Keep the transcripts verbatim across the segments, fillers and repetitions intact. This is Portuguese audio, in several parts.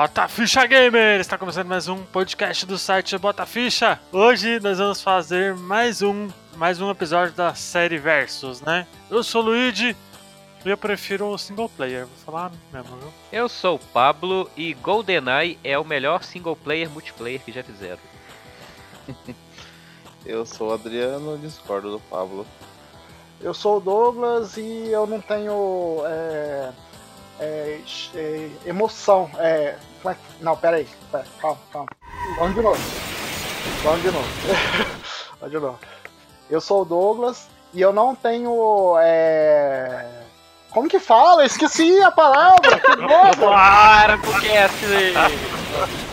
Bota Ficha Gamer! Está começando mais um podcast do site Bota Ficha. Hoje nós vamos fazer mais um, mais um episódio da série Versus, né? Eu sou o Luigi e eu prefiro o single player, vou falar mesmo, viu? Eu sou o Pablo e GoldenEye é o melhor single player multiplayer que já fizeram. Eu sou o Adriano, discordo do Pablo. Eu sou o Douglas e eu não tenho é, é, é, emoção. É, não, pera aí. Pera, calma, calma. Vamos de novo. Vamos de novo. Vamos de novo. Eu sou o Douglas e eu não tenho... É... Como que fala? Eu esqueci a palavra. Que merda. Para com o cast!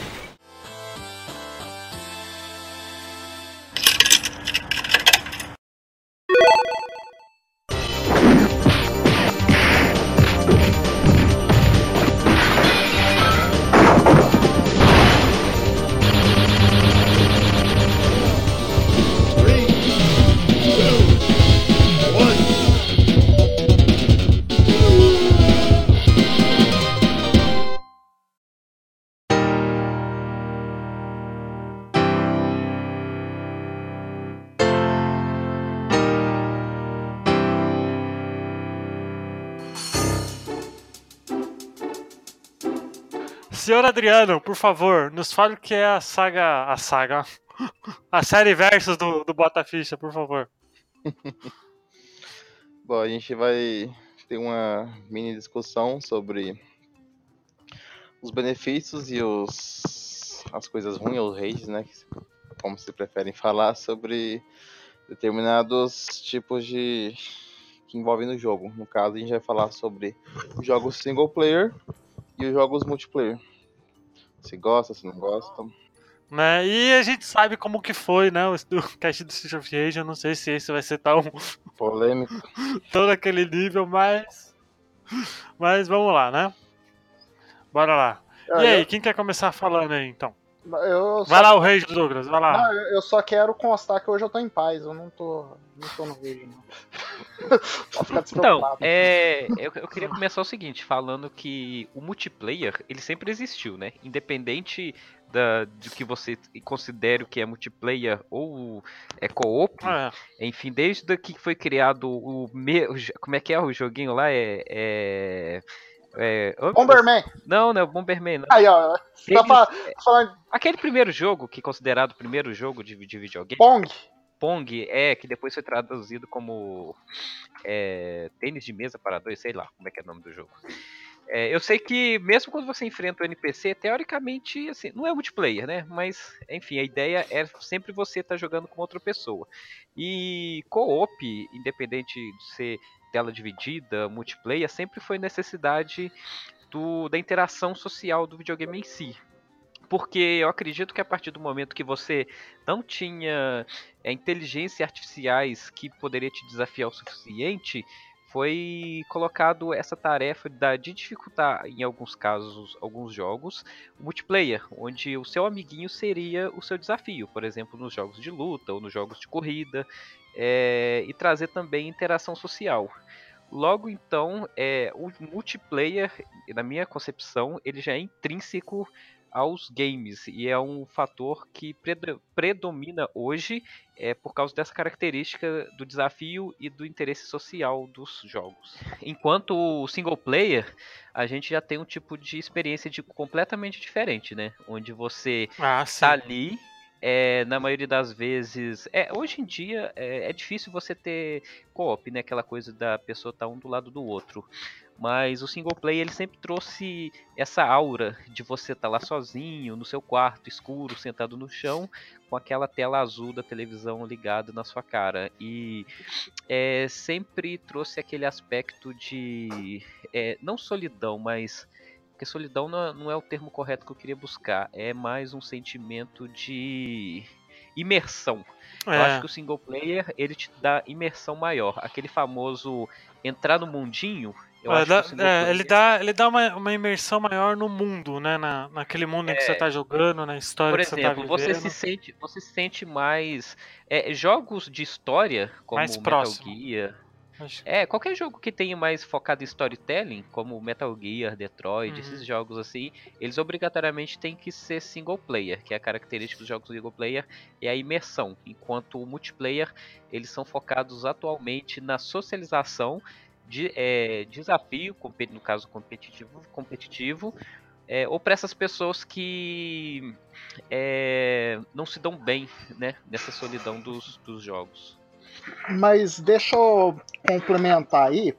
Senhor Adriano, por favor, nos fale o que é a saga... A saga... A série Versus do, do Bota Ficha, por favor. Bom, a gente vai ter uma mini discussão sobre os benefícios e os as coisas ruins, os hates, né? Como se preferem falar, sobre determinados tipos de... que envolvem no jogo. No caso, a gente vai falar sobre os jogos single player e os jogos multiplayer. Se gosta, se não gosta. Né? E a gente sabe como que foi, né? O, o cast do Street of Rage. Eu não sei se esse vai ser tão polêmico, tão naquele nível, mas mas vamos lá, né? Bora lá. Ah, e aí, eu... quem quer começar falando aí, então? Eu vai só... lá, o Rage do Douglas, vai lá. Não, eu só quero constar que hoje eu tô em paz. Eu não tô, não tô no vídeo, não. Ficar então, é, eu, eu queria começar o seguinte, falando que o multiplayer, ele sempre existiu, né? Independente da, do que você considere o que é multiplayer ou é co-op, é. Enfim, desde que foi criado o... Me, como é que é o joguinho lá? É... é... É, oh, Bomberman! Não, não é o Bomberman. Não. Aí, ó. Tá falando... Aquele primeiro jogo, que é considerado o primeiro jogo de, de videogame. Pong. Pong, é, que depois foi traduzido como é, tênis de mesa para dois, sei lá como é que é o nome do jogo. É, eu sei que mesmo quando você enfrenta o N P C, teoricamente, assim, não é multiplayer, né? Mas, enfim, a ideia é sempre você estar tá jogando com outra pessoa. E co-op, independente de ser tela dividida, multiplayer, sempre foi necessidade do, da interação social do videogame em si. Porque eu acredito que a partir do momento que você não tinha é, inteligências artificiais que poderia te desafiar o suficiente, foi colocado essa tarefa de dificultar, em alguns casos, alguns jogos, o multiplayer, onde o seu amiguinho seria o seu desafio, por exemplo, nos jogos de luta ou nos jogos de corrida, é, e trazer também interação social. Logo então, é, o multiplayer, na minha concepção, ele já é intrínseco aos games e é um fator que predomina hoje é, por causa dessa característica do desafio e do interesse social dos jogos. Enquanto o single player, a gente já tem um tipo de experiência de, completamente diferente, né? Onde você ah, está ali, é, na maioria das vezes... É, hoje em dia é, é difícil você ter co-op, né? Aquela coisa da pessoa estar um do lado do outro. Mas o single player ele sempre trouxe essa aura de você estar lá sozinho, no seu quarto, escuro, sentado no chão, com aquela tela azul da televisão ligada na sua cara. E é, sempre trouxe aquele aspecto de, é, não solidão, mas... Porque solidão não é, não é o termo correto que eu queria buscar. É mais um sentimento de imersão. É. Eu acho que o single player ele te dá imersão maior. Aquele famoso entrar no mundinho... Eu é, acho dá, que o é, ele dá, ele dá uma, uma imersão maior no mundo, né? Na, naquele mundo é, em que você tá jogando, na história por que exemplo, você tá vivendo. Você se sente, você se sente mais... É, jogos de história, como mais Metal próximo. Gear... Acho... É, qualquer jogo que tenha mais focado em storytelling, como Metal Gear, Detroit, Uhum. esses jogos assim, eles obrigatoriamente têm que ser single player, que é a característica dos jogos single player, é a imersão, enquanto o multiplayer, eles são focados atualmente na socialização, de é, desafio, compe- no caso competitivo, competitivo é, ou para essas pessoas que é, não se dão bem, né, nessa solidão dos, dos jogos. Mas deixa eu complementar aí.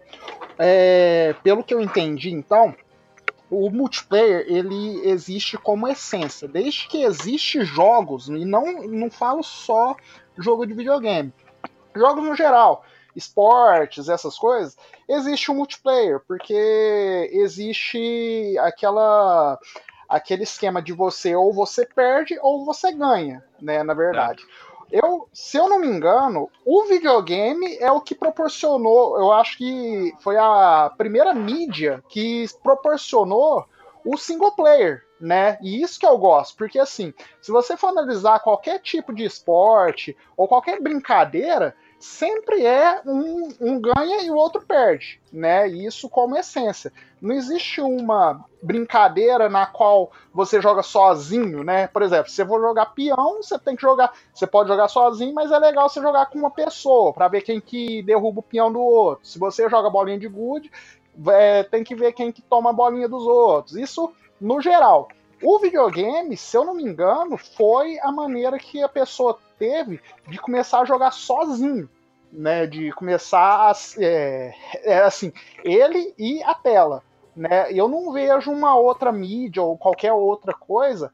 É, pelo que eu entendi, então, o multiplayer ele existe como essência. Desde que existe jogos, e não, não falo só jogo de videogame, jogos no geral, esportes, essas coisas, existe o multiplayer, porque existe aquela aquele esquema de você ou você perde ou você ganha, né, na verdade. Exato. Eu, se eu não me engano, o videogame é o que proporcionou, eu acho que foi a primeira mídia que proporcionou o single player, né? E isso que eu gosto, porque assim, se você for analisar qualquer tipo de esporte ou qualquer brincadeira, sempre é um, um ganha e o outro perde, né? Isso como essência. Não existe uma brincadeira na qual você joga sozinho, né? Por exemplo, se você for jogar peão, você tem que jogar. Você pode jogar sozinho, mas é legal você jogar com uma pessoa para ver quem que derruba o peão do outro. Se você joga bolinha de gude, é, tem que ver quem que toma a bolinha dos outros. Isso no geral. O videogame, se eu não me engano, foi a maneira que a pessoa teve de começar a jogar sozinho, né? De começar a, é, é assim, ele e a tela, né? Eu não vejo uma outra mídia ou qualquer outra coisa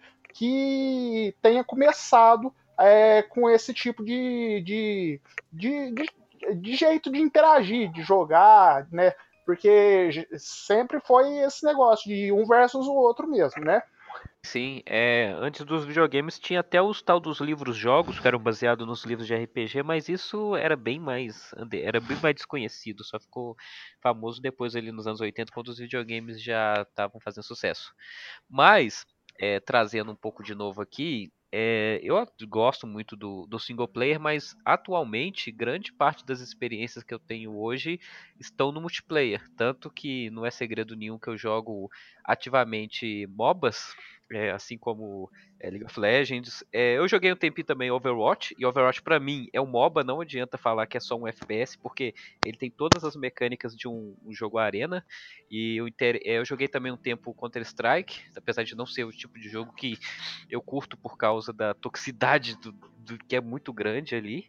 que tenha começado é, com esse tipo de, de, de, de, de jeito de interagir, de jogar, né? Porque sempre foi esse negócio de um versus o outro mesmo, né? Sim, é, antes dos videogames tinha até os tal dos livros-jogos, que eram baseados nos livros de R P G, mas isso era bem mais, era bem mais desconhecido, só ficou famoso depois ali nos anos oitenta, quando os videogames já estavam fazendo sucesso. Mas, é, trazendo um pouco de novo aqui, é, eu gosto muito do, do single player, mas atualmente grande parte das experiências que eu tenho hoje estão no multiplayer. Tanto que não é segredo nenhum que eu jogo ativamente MOBAs, é, assim como é, League of Legends. É, eu joguei um tempinho também Overwatch, e Overwatch pra mim é um MOBA, não adianta falar que é só um F P S, porque ele tem todas as mecânicas de um, um jogo arena. E eu, inter... eu joguei também um tempo Counter-Strike, apesar de não ser o tipo de jogo que eu curto por causa da toxicidade do, do que é muito grande ali.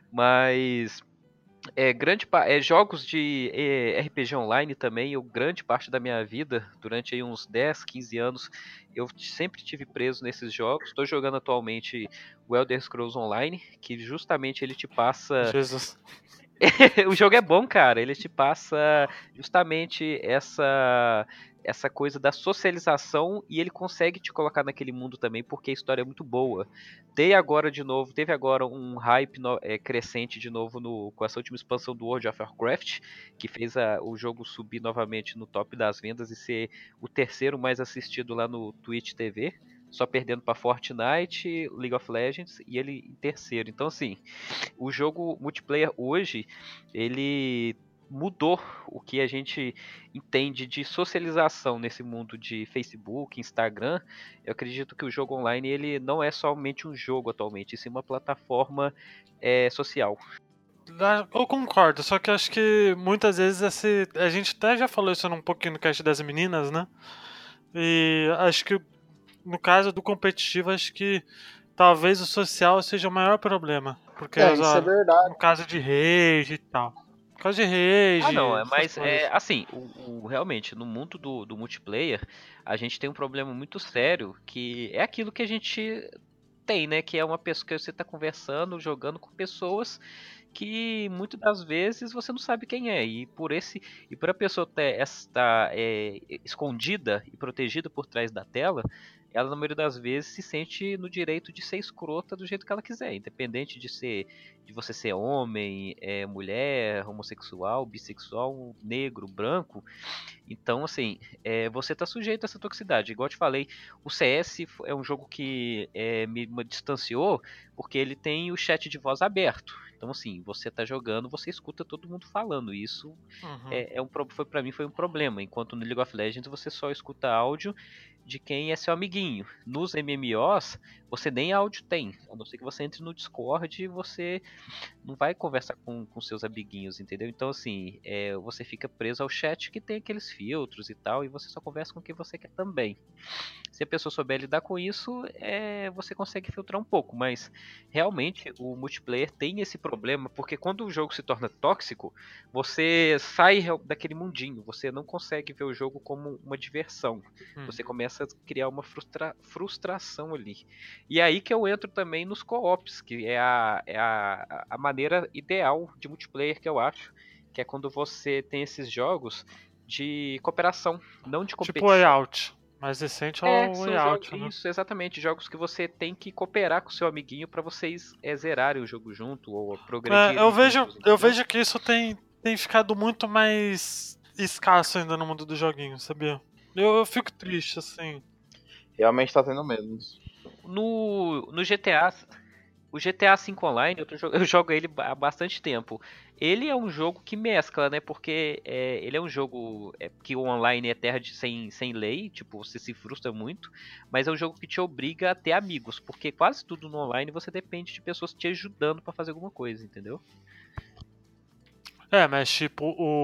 Mas é grande é, jogos de é, R P G online também, eu grande parte da minha vida, durante aí uns dez, quinze anos, eu sempre tive preso nesses jogos. Estou jogando atualmente o Elder Scrolls Online, que justamente ele te passa Jesus. o jogo é bom, cara. Ele te passa justamente essa essa coisa da socialização e ele consegue te colocar naquele mundo também porque a história é muito boa. Tem agora de novo, teve agora um hype no, é, crescente de novo no, com essa última expansão do World of Warcraft, que fez a, o jogo subir novamente no top das vendas e ser o terceiro mais assistido lá no Twitch T V, só perdendo para Fortnite, League of Legends e ele em terceiro. Então assim, o jogo multiplayer hoje, ele mudou o que a gente entende de socialização nesse mundo de Facebook, Instagram. Eu acredito que o jogo online ele não é somente um jogo atualmente, sim uma plataforma é, social. Eu concordo, só que eu acho que muitas vezes esse, a gente até já falou isso um pouquinho no cast das meninas, né? E acho que no caso do competitivo, acho que talvez o social seja o maior problema. Porque, É, isso é ó, verdade. no caso de rage e tal. No caso de Ah, não, rage, é, essas mas é coisas. assim, o, o- realmente, no mundo do, do multiplayer, a gente tem um problema muito sério que é aquilo que a gente tem, né? Que é uma pessoa que você está conversando, jogando com pessoas que muitas das vezes você não sabe quem é. E por esse e por a pessoa ter, estar é, escondida e protegida por trás da tela, ela na maioria das vezes se sente no direito de ser escrota do jeito que ela quiser, independente de ser de você ser homem, é, mulher, homossexual, bissexual, negro, branco. Então, assim, é, você tá sujeito a essa toxicidade. Igual eu te falei, o C S é um jogo que é, me, me distanciou porque ele tem o chat de voz aberto. Então, assim, você tá jogando, você escuta todo mundo falando. E isso Uhum. é, é um, foi, pra mim foi um problema. Enquanto no League of Legends você só escuta áudio de quem é seu amiguinho. Nos M M Os, você nem áudio tem. A não ser que você entre no Discord e você não vai conversar com, com seus amiguinhos, entendeu? Então, assim, é, você fica preso ao chat que tem aqueles filtros e tal, e você só conversa com quem você quer também. Se a pessoa souber lidar com isso, é, você consegue filtrar um pouco, mas realmente o multiplayer tem esse problema, porque quando o jogo se torna tóxico, você sai daquele mundinho, você não consegue ver o jogo como uma diversão, Hum. você começa a criar uma frustra frustração ali. E aí que eu entro também nos co-ops, que é a, é a, a maneira ideal de multiplayer que eu acho, que é quando você tem esses jogos de cooperação, não de competição. Tipo Way Out. Mais recente é É, o são Way Out, jogos, né? isso, exatamente, jogos que você tem que cooperar com o seu amiguinho pra vocês é, zerarem o jogo junto ou progredirem. É, eu vejo, juntos, eu entendeu? vejo que isso tem, tem ficado muito mais escasso ainda no mundo dos joguinhos, sabia? Eu, eu fico triste, assim. Realmente tá tendo menos. No, no G T A, o G T A cinco Online, eu, tô, eu jogo ele há bastante tempo. Ele é um jogo que mescla, né? Porque é, ele é um jogo é, que o online é terra de, sem, sem lei, tipo, você se frustra muito, mas é um jogo que te obriga a ter amigos, porque quase tudo no online você depende de pessoas te ajudando pra fazer alguma coisa, entendeu? É, mas tipo,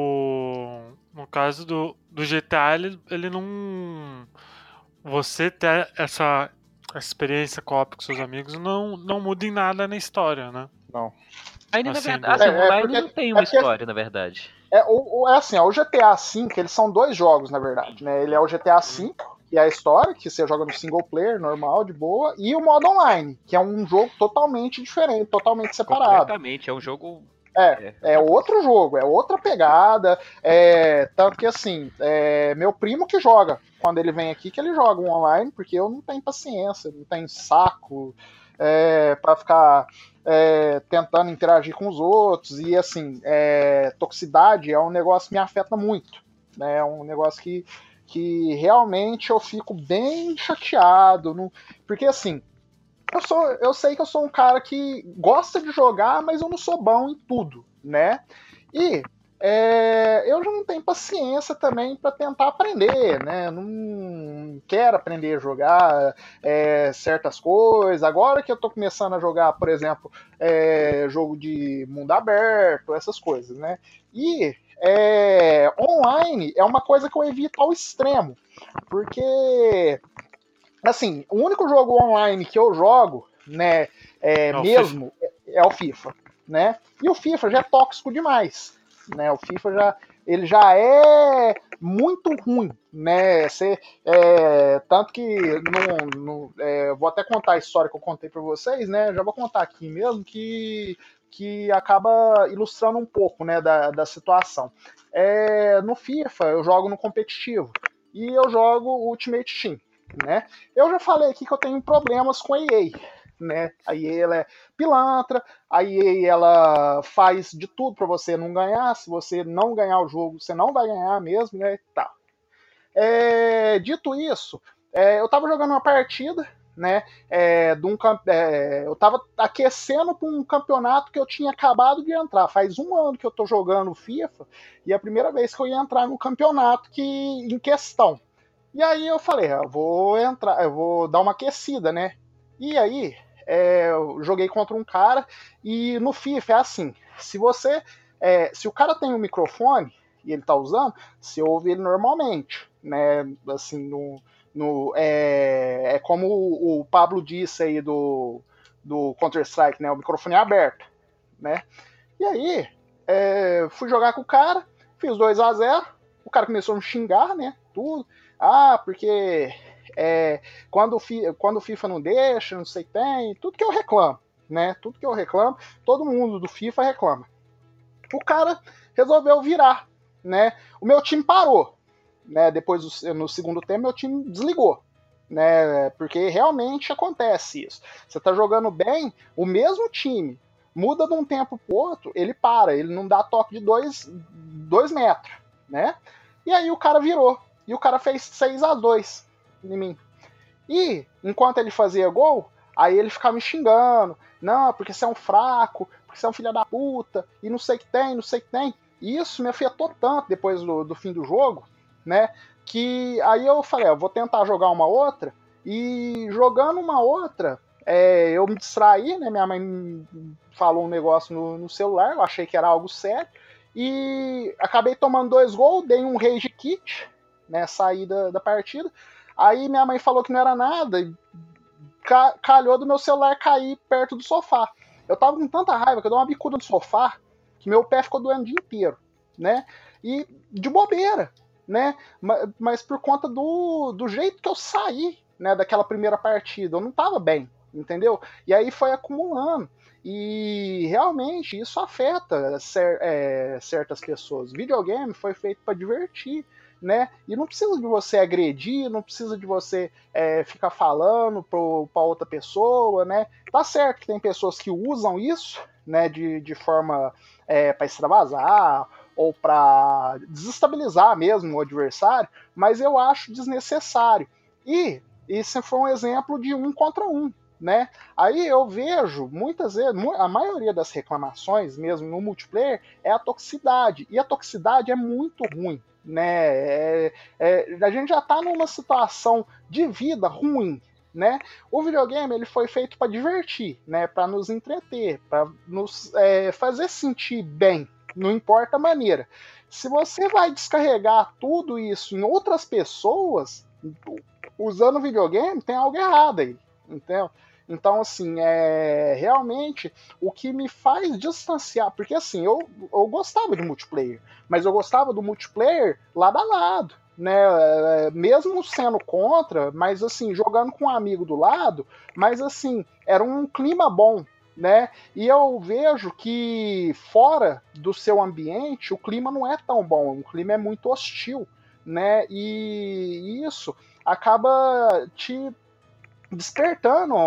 o. No caso do, do G T A, ele, ele não. Você ter essa experiência co-op com seus amigos não, não muda em nada na história, né? Não. Ainda na Assim, verdade, do- assim, o É, é online porque- não tem é uma porque- história, na verdade. É, o, o- é assim, ó, o G T A V, eles são dois jogos, na verdade, né? Ele é o G T A V, que é a história, que você joga no single player, normal, de boa, e o modo online, que é um jogo totalmente diferente, totalmente separado. Completamente, é um jogo. É, é outro jogo, é outra pegada, é, tanto que assim, é meu primo que joga, quando ele vem aqui, que ele joga um online, porque eu não tenho paciência, não tenho saco é, para ficar é, tentando interagir com os outros, e assim, é, toxicidade é um negócio que me afeta muito, né, é um negócio que, que realmente eu fico bem chateado, não, porque assim, eu, sou, eu sei que eu sou um cara que gosta de jogar, mas eu não sou bom em tudo, né? E é, eu já não tenho paciência também para tentar aprender, né? Não quero aprender a jogar é, certas coisas. Agora que eu tô começando a jogar, por exemplo, é, jogo de mundo aberto, essas coisas, né? E é, online é uma coisa que eu evito ao extremo, porque assim, o único jogo online que eu jogo, né, é, É o mesmo, é, é o FIFA, né? E o FIFA já é tóxico demais, né? O FIFA já, ele já é muito ruim, né? Cê, é, tanto que no, no, é, vou até contar a história que eu contei para vocês, né? Já vou contar aqui mesmo que que acaba ilustrando um pouco, né, da, da situação. É, no FIFA eu jogo no competitivo e eu jogo Ultimate Team. Né? Eu já falei aqui que eu tenho problemas com a E A, né? A E A ela é pilantra, a E A ela faz de tudo para você não ganhar. Se você não ganhar o jogo, você não vai ganhar mesmo, né? Tá. É, dito isso, é, eu tava jogando uma partida, né? É, de um, é, eu tava aquecendo para um campeonato que eu tinha acabado de entrar. Faz um ano que eu tô jogando FIFA e é a primeira vez que eu ia entrar no campeonato que em questão. E aí eu falei, eu vou entrar, eu vou dar uma aquecida, né? E aí é, eu joguei contra um cara e no FIFA é assim, se você, é, se o cara tem um microfone e ele tá usando, você ouve ele normalmente, né? Assim, no, no é, é como o, o Pablo disse aí do, do Counter-Strike, né? O microfone é aberto, né? E aí é, fui jogar com o cara, fiz dois a zero, o cara começou a me xingar, né? Tudo. Ah, porque é, quando, o quando o FIFA não deixa, não sei o que tem, tudo que eu reclamo, né? Tudo que eu reclamo, todo mundo do FIFA reclama. O cara resolveu virar, né? O meu time parou, né? Depois, no segundo tempo, meu time desligou, né? Porque realmente acontece isso. Você tá jogando bem, o mesmo time muda de um tempo pro outro, ele para, ele não dá toque de dois, dois metros, né? E aí o cara virou. E o cara fez seis a dois em mim. E, enquanto ele fazia gol, aí ele ficava me xingando. Não, porque você é um fraco, porque você é um filho da puta, e não sei o que tem, não sei o que tem. E isso me afetou tanto depois do, do fim do jogo, né? Que aí eu falei, eu vou tentar jogar uma outra, e jogando uma outra, é, eu me distraí, né? Minha mãe falou um negócio no, no celular, eu achei que era algo sério, e acabei tomando dois gols, dei um rage kit, né? Saí da, da partida. Aí minha mãe falou que não era nada, e ca- calhou do meu celular cair perto do sofá. Eu tava com tanta raiva que eu dei uma bicuda no sofá que meu pé ficou doendo o dia inteiro, né? E de bobeira, né? Ma- Mas por conta do, do jeito que eu saí, né, daquela primeira partida, eu não tava bem, entendeu? E aí foi acumulando. E realmente isso afeta cer- é, certas pessoas. Videogame foi feito para divertir, né? E não precisa de você agredir, não precisa de você é, ficar falando para outra pessoa, né? Tá certo que tem pessoas que usam isso, né, de, de forma é, para extravasar ou para desestabilizar mesmo o adversário, mas eu acho desnecessário. E esse foi um exemplo de um contra um, né? Aí eu vejo muitas vezes, a maioria das reclamações mesmo no multiplayer é a toxicidade, e a toxicidade é muito ruim, né? É, é, a gente já está numa situação de vida ruim, né? O videogame ele foi feito para divertir, né? Para nos entreter, para nos é, fazer sentir bem, não importa a maneira. Se você vai descarregar tudo isso em outras pessoas usando videogame, tem algo errado aí, entendeu? Então, assim, é realmente o que me faz distanciar, porque assim, eu, eu gostava de multiplayer, mas eu gostava do multiplayer lado a lado, né? Mesmo sendo contra, mas assim, jogando com um amigo do lado, mas assim, era um clima bom, né? E eu vejo que fora do seu ambiente o clima não é tão bom, o clima é muito hostil, né? E isso acaba te despertando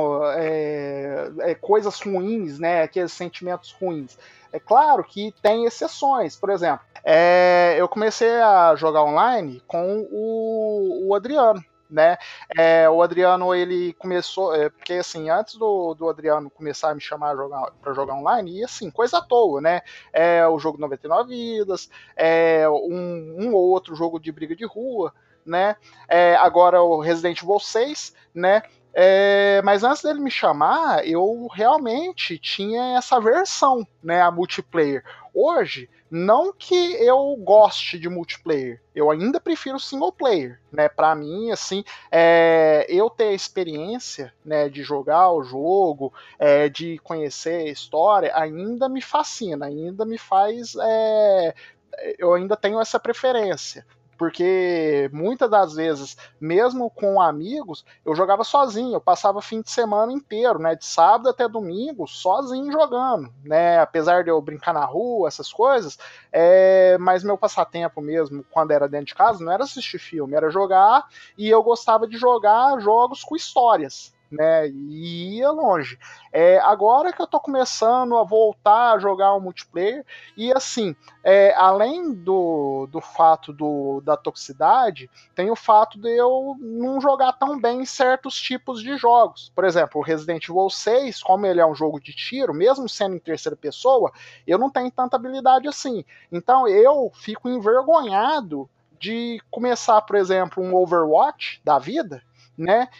é, é, coisas ruins, né? Aqueles sentimentos ruins. É claro que tem exceções. Por exemplo, é, eu comecei a jogar online com o, o Adriano, né? É, o Adriano ele começou, é, porque assim, antes do, do Adriano começar a me chamar para jogar online, e assim, coisa à toa, né? É, o jogo noventa e nove vidas, é, um, um ou outro jogo de briga de rua, né? É, agora o Resident Evil seis, né? É, mas antes dele me chamar, eu realmente tinha essa versão, né, a multiplayer. Hoje, não que eu goste de multiplayer, eu ainda prefiro single player, né? Para mim, assim, é, eu ter a experiência, né, de jogar o jogo, é, de conhecer a história, ainda me fascina, ainda me faz, é, eu ainda tenho essa preferência. Porque muitas das vezes, mesmo com amigos, eu jogava sozinho, eu passava fim de semana inteiro, né, de sábado até domingo, sozinho jogando, né, apesar de eu brincar na rua, essas coisas, é, mas meu passatempo mesmo, quando era dentro de casa, não era assistir filme, era jogar, e eu gostava de jogar jogos com histórias, né, e ia longe. É, agora que eu tô começando a voltar a jogar o multiplayer, e assim, é, além do, do fato do, da toxicidade, tem o fato de eu não jogar tão bem em certos tipos de jogos. Por exemplo, o Resident Evil seis, como ele é um jogo de tiro, mesmo sendo em terceira pessoa, eu não tenho tanta habilidade assim. Então eu fico envergonhado de começar, por exemplo, um Overwatch da vida, né?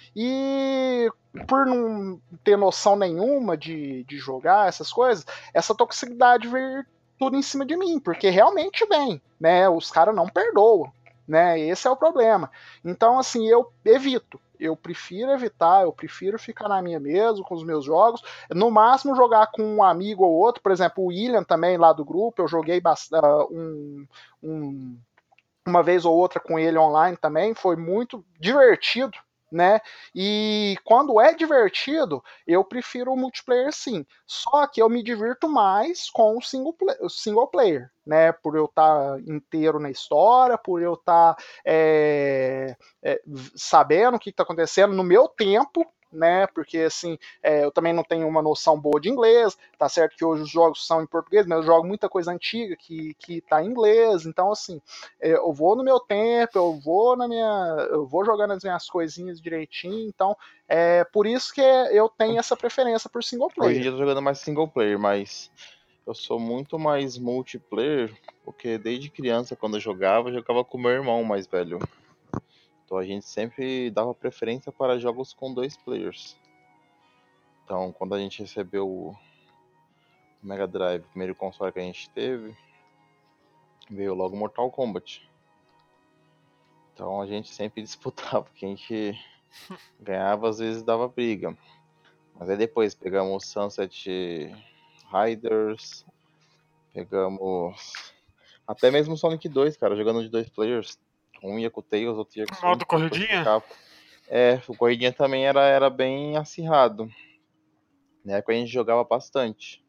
E por não ter noção nenhuma de, de jogar essas coisas, essa toxicidade vir tudo em cima de mim, porque realmente vem, né? Os caras não perdoam, né? Esse é o problema. Então, assim, eu evito. Eu prefiro evitar, eu prefiro ficar na minha mesmo, com os meus jogos. No máximo, jogar com um amigo ou outro. Por exemplo, o William também, lá do grupo, eu joguei bastante, um, um, uma vez ou outra com ele online também. Foi muito divertido, né? E quando é divertido, eu prefiro o multiplayer sim. Só que eu me divirto mais com o single, play, o single player, né? Por eu estar tá inteiro na história, por eu estar tá, é, é, sabendo o que está acontecendo no meu tempo, né? Porque assim, é, eu também não tenho uma noção boa de inglês, tá certo que hoje os jogos são em português, mas eu jogo muita coisa antiga que, que tá em inglês, então assim, é, eu vou no meu tempo, eu vou na minha. Eu vou jogando as minhas coisinhas direitinho, então é por isso que eu tenho essa preferência por single player. Hoje em dia eu tô jogando mais single player, mas eu sou muito mais multiplayer, porque desde criança, quando eu jogava, eu jogava com meu irmão mais velho. Então a gente sempre dava preferência para jogos com dois players. Então, quando a gente recebeu o Mega Drive, o primeiro console que a gente teve, veio logo Mortal Kombat. Então a gente sempre disputava, porque a gente ganhava, às vezes dava briga. Mas aí depois pegamos Sunset Riders, pegamos até mesmo Sonic dois, cara, jogando de dois players. Um ia com o Tails, outro ia com o Modo Sonic. corridinha? Ficava... É, o corridinha também era, era bem acirrado. Na época a gente jogava bastante.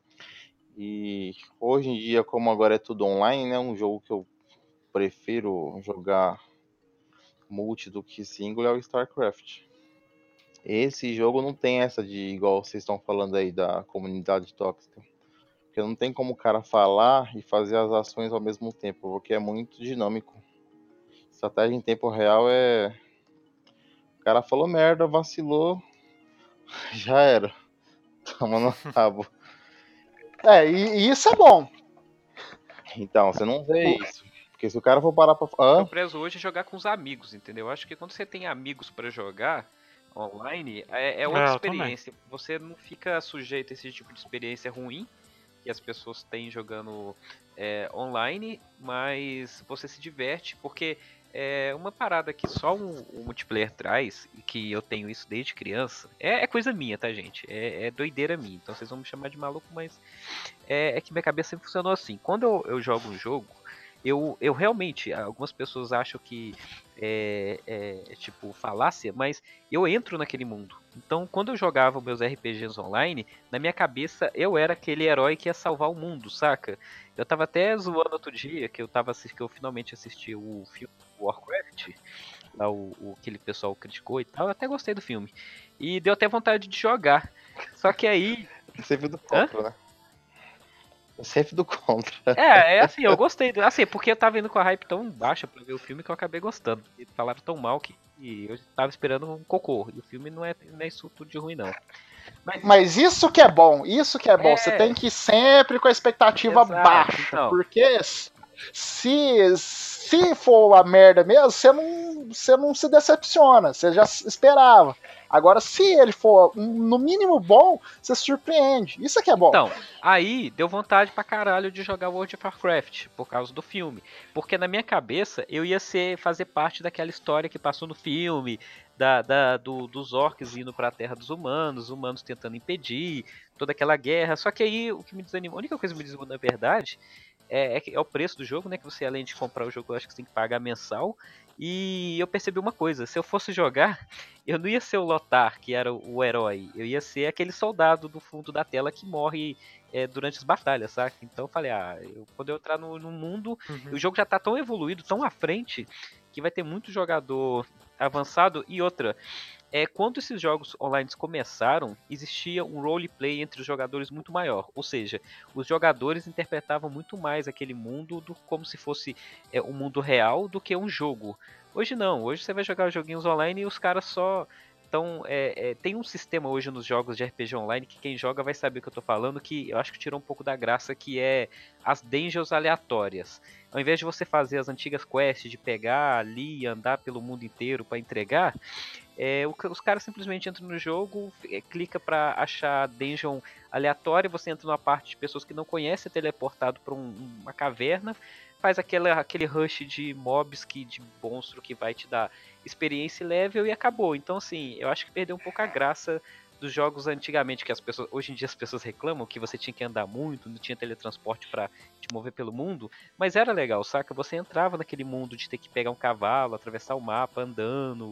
E hoje em dia, como agora é tudo online, né, um jogo que eu prefiro jogar multi do que single é o StarCraft. Esse jogo não tem essa de, igual vocês estão falando aí, da comunidade tóxica. Porque não tem como o cara falar e fazer as ações ao mesmo tempo, porque é muito dinâmico. Estratégia em tempo real é... O cara falou merda, vacilou, já era. Tamo no rabo. É, e, e isso é bom. Então, você não vê isso. Porque se o cara for parar pra... Eu Hã? prezo hoje jogar com os amigos, entendeu? Eu acho que quando você tem amigos pra jogar online, é, é outra É, eu também. experiência. Você não fica sujeito a esse tipo de experiência ruim que as pessoas têm jogando é, online, mas você se diverte, porque é uma parada que só o, o multiplayer traz, e que eu tenho isso desde criança, é, é coisa minha, tá, gente? É, é doideira minha, então vocês vão me chamar de maluco, mas é, é que minha cabeça sempre funcionou assim. Quando eu, eu jogo um jogo, eu, eu realmente, algumas pessoas acham que é, é, é tipo falácia, mas eu entro naquele mundo. Então, quando eu jogava meus R P Gs online, na minha cabeça eu era aquele herói que ia salvar o mundo, saca? Eu tava até zoando outro dia que eu tava que eu finalmente assisti o filme Warcraft, lá o, o aquele pessoal criticou e tal. Eu até gostei do filme. E deu até vontade de jogar. Só que aí. É sempre do Hã? contra, né? É sempre do contra. É, é assim, eu gostei. do- Assim, porque eu tava indo com a hype tão baixa pra ver o filme que eu acabei gostando. E falaram tão mal que e eu tava esperando um cocô. E o filme não é, não é isso tudo de ruim, não. Mas, Mas isso que é bom, isso que é bom. É. Você tem que ir sempre com a expectativa Exato, baixa. então. Porque se, se for a merda mesmo, você não, você não se decepciona. Você já esperava. Agora, se ele for no mínimo bom, você se surpreende. Isso é que é bom. Então, aí deu vontade pra caralho de jogar World of Warcraft por causa do filme. Porque na minha cabeça eu ia ser fazer parte daquela história que passou no filme, da, da- do- dos orcs indo pra terra dos humanos, os humanos tentando impedir, toda aquela guerra. Só que aí o que me desanimou, a única coisa que me desanimou na verdade é, é, que- é o preço do jogo, né? Que você além de comprar o jogo, eu acho que você tem que pagar mensal. E eu percebi uma coisa, se eu fosse jogar, eu não ia ser o Lothar, que era o, o herói. Eu ia ser aquele soldado do fundo da tela que morre é, durante as batalhas, saca? Então eu falei, ah, eu, quando eu entrar no, no mundo, Uhum. o jogo já tá tão evoluído, tão à frente, que vai ter muito jogador avançado. E outra, é, quando esses jogos online começaram, existia um roleplay entre os jogadores muito maior. Ou seja, os jogadores interpretavam muito mais aquele mundo do, como se fosse é, um mundo real do que um jogo. Hoje não, hoje você vai jogar joguinhos online e os caras só. Então, é, é, tem um sistema hoje nos jogos de R P G online que quem joga vai saber o que eu tô falando, que eu acho que tirou um pouco da graça, que é as dungeons aleatórias. Ao invés de você fazer as antigas quests de pegar ali e andar pelo mundo inteiro para entregar, é, o, os caras simplesmente entram no jogo, é, clica para achar dungeon aleatória, você entra numa parte de pessoas que não conhecem, é teleportado para um, uma caverna, faz aquela, aquele rush de mobs, que, de monstro que vai te dar experiência e level e acabou. Então, assim, eu acho que perdeu um pouco a graça dos jogos antigamente, que as pessoas, hoje em dia as pessoas reclamam que você tinha que andar muito, não tinha teletransporte para te mover pelo mundo, mas era legal, saca? Você entrava naquele mundo de ter que pegar um cavalo, atravessar o mapa andando,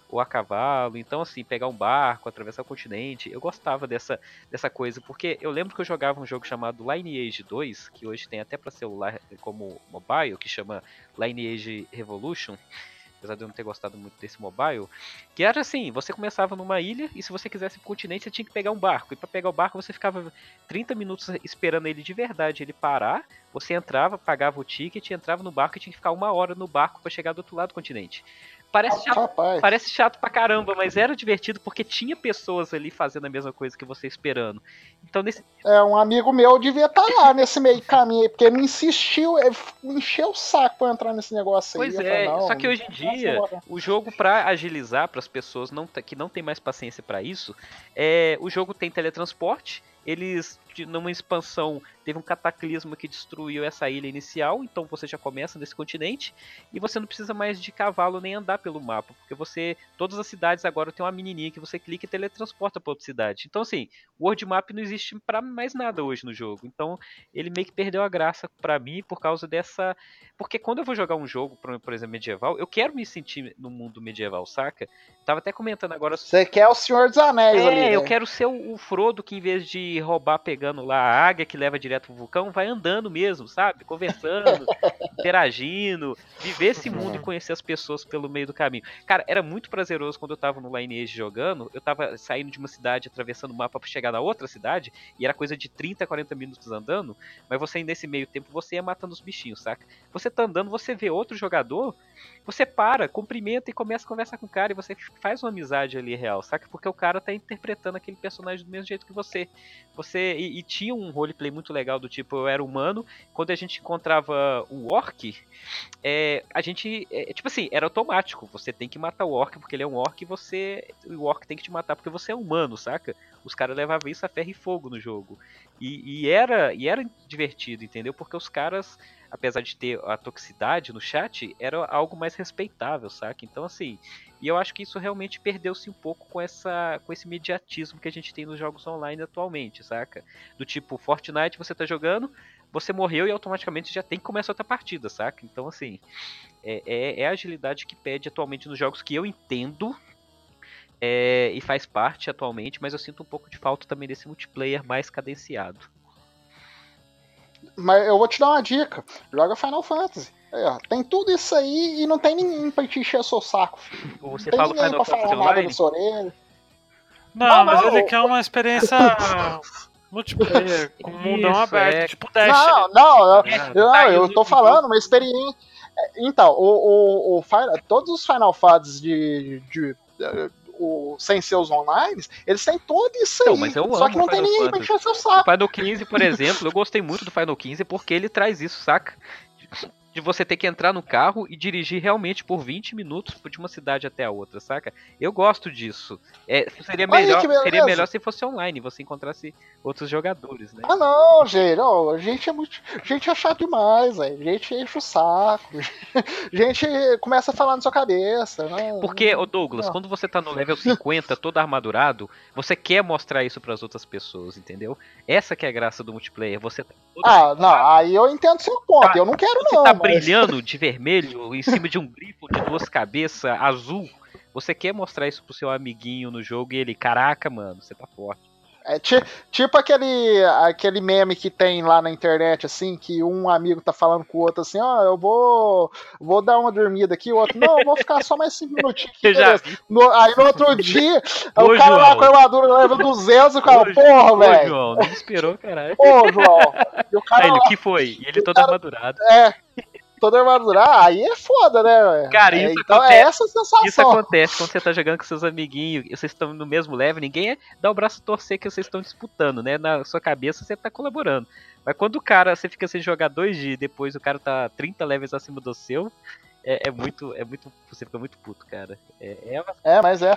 ou a cavalo. Então, assim, pegar um barco, atravessar o continente, eu gostava dessa, dessa coisa, porque eu lembro que eu jogava um jogo chamado Lineage dois, que hoje tem até para celular como mobile, que chama Lineage Revolution, apesar de eu não ter gostado muito desse mobile, que era assim, você começava numa ilha e se você quisesse ir pro continente, você tinha que pegar um barco. E para pegar o barco, você ficava trinta minutos esperando ele de verdade, ele parar, você entrava, pagava o ticket, entrava no barco e tinha que ficar uma hora no barco para chegar do outro lado do continente. Parece chato, Rapaz. parece chato pra caramba, mas era divertido porque tinha pessoas ali fazendo a mesma coisa que você esperando. Então, nesse... É, um amigo meu devia estar lá nesse meio caminho aí, porque ele me insistiu, ele me encheu o saco pra entrar nesse negócio aí. Pois Eu é, falei, não, só que hoje em dia, o jogo, pra agilizar para as pessoas não, que não tem mais paciência para isso, é, o jogo tem teletransporte. Eles, numa expansão, teve um cataclisma que destruiu essa ilha inicial, então você já começa nesse continente, e você não precisa mais de cavalo nem andar pelo mapa, porque você, todas as cidades agora tem uma menininha que você clica e teletransporta para outra cidade. Então, assim, o World Map não existe para mais nada hoje no jogo, então ele meio que perdeu a graça para mim por causa dessa... Porque quando eu vou jogar um jogo, por exemplo, medieval, eu quero me sentir no mundo medieval, saca? Tava até comentando agora... Você quer o Senhor dos Anéis é, ali, né? eu quero ser o, o Frodo que, em vez de roubar pegando lá a águia que leva direto pro vulcão, vai andando mesmo, sabe? Conversando, interagindo, viver esse mundo e conhecer as pessoas pelo meio do caminho. Cara, era muito prazeroso quando eu tava no Lineage jogando, eu tava saindo de uma cidade, atravessando o mapa pra chegar na outra cidade, e era coisa de trinta, quarenta minutos andando, mas você, nesse meio tempo, você ia matando os bichinhos, saca? Você tá andando, você vê outro jogador, você para, cumprimenta e começa a conversar com o cara, e você faz uma amizade ali real, saca? Porque o cara tá interpretando aquele personagem do mesmo jeito que você. Você e, e tinha um roleplay muito legal do tipo, eu era humano, quando a gente encontrava o orc, é, a gente, é, tipo assim, era automático, você tem que matar o orc porque ele é um orc e você, o orc tem que te matar porque você é humano, saca? Os caras levavam isso a ferro e fogo no jogo. E, e, era, e era divertido, entendeu? Porque os caras, apesar de ter a toxicidade no chat, era algo mais respeitável, saca? Então, assim, e eu acho que isso realmente perdeu-se um pouco com, essa, com esse mediatismo que a gente tem nos jogos online atualmente, saca? Do tipo, Fortnite você tá jogando, você morreu e automaticamente já tem que começar outra partida, saca? Então, assim, é, é, é a agilidade que pede atualmente nos jogos que eu entendo, é, e faz parte atualmente, mas eu sinto um pouco de falta também desse multiplayer mais cadenciado. Mas eu vou te dar uma dica, joga Final Fantasy. Aí, ó, tem tudo isso aí e não tem ninguém pra te encher o seu saco, filho. Você não tem fala ninguém Final pra falar Fantasy nada Online? na sua orelha. Não, Não, mas não, ele eu- quer uma experiência multiplayer, com um mundão Isso, aberto, é. tipo Dash. Não, não, eu, Tá eu, aí eu o tô jogo. falando uma experiência. Então, o, o, o Final- todos os Final Fantasy de, de, de- o, sem seus online, eles têm tudo isso aí. Não, mas eu só amo que não tem Final ninguém pra Fantasy. encher seu O saco. Final quinze, por exemplo, eu gostei muito do Final quinze porque ele traz isso, saca? De você ter que entrar no carro e dirigir realmente por vinte minutos de uma cidade até a outra, saca? Eu gosto disso. É, seria, Olha aí melhor, que beleza. seria melhor se fosse online, você encontrasse outros jogadores, né? Ah não, gente, ó, a gente é muito. A gente é chato demais, velho. A gente enche o saco. A gente começa a falar na sua cabeça. Não, Porque, ô Douglas, não. quando você tá no level cinquenta, todo armadurado, você quer mostrar isso pras outras pessoas, entendeu? Essa que é a graça do multiplayer. Você tá todo Ah, não, aí eu entendo seu ponto. Tá, Eu não quero, você não. tá mas- brilhando de vermelho em cima de um grifo de duas cabeças azul. Você quer mostrar isso pro seu amiguinho no jogo e ele, caraca, mano, você tá forte. É ti- tipo aquele, aquele meme que tem lá na internet, assim, que um amigo tá falando com o outro assim, ó, eu vou, vou dar uma dormida aqui, o outro, não, eu vou ficar só mais cinco minutinhos aqui, Eu já beleza. vi. No- aí no outro dia, Ô, o cara lá João. com a armadura leva duzentos e o cara, Ô, porra, Ô, velho, João, não me esperou, caralho. pô, João. E o Aí cara ele, o lá, que foi? E ele todo cara- armadurado. é, todo armadura, ah, aí é foda, né, velho? Cara, É, isso então acontece- é essa a sensação. Isso acontece quando você tá jogando com seus amiguinhos, e vocês estão no mesmo level, ninguém é dá o braço a torcer que vocês estão disputando, né? Na sua cabeça você tá colaborando. Mas quando o cara, você fica sem jogar dois dias e depois o cara tá trinta levels acima do seu, é, é muito, é muito, você fica muito puto, cara. É, é uma... É, mas é.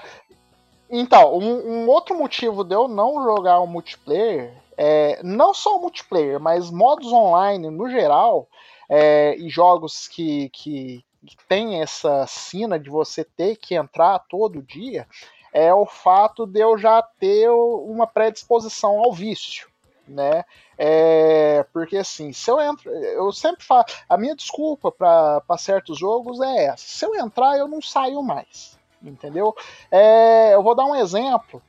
Então, um, um outro motivo de eu não jogar o multiplayer, é, não só o multiplayer, mas modos online no geral, é, e jogos que, que, que tem essa sina de você ter que entrar todo dia, é o fato de eu já ter uma predisposição ao vício, né? É, porque assim, se eu entro, eu sempre falo, a minha desculpa para certos jogos é essa: se eu entrar, eu não saio mais. entendeu? É, eu vou dar um exemplo.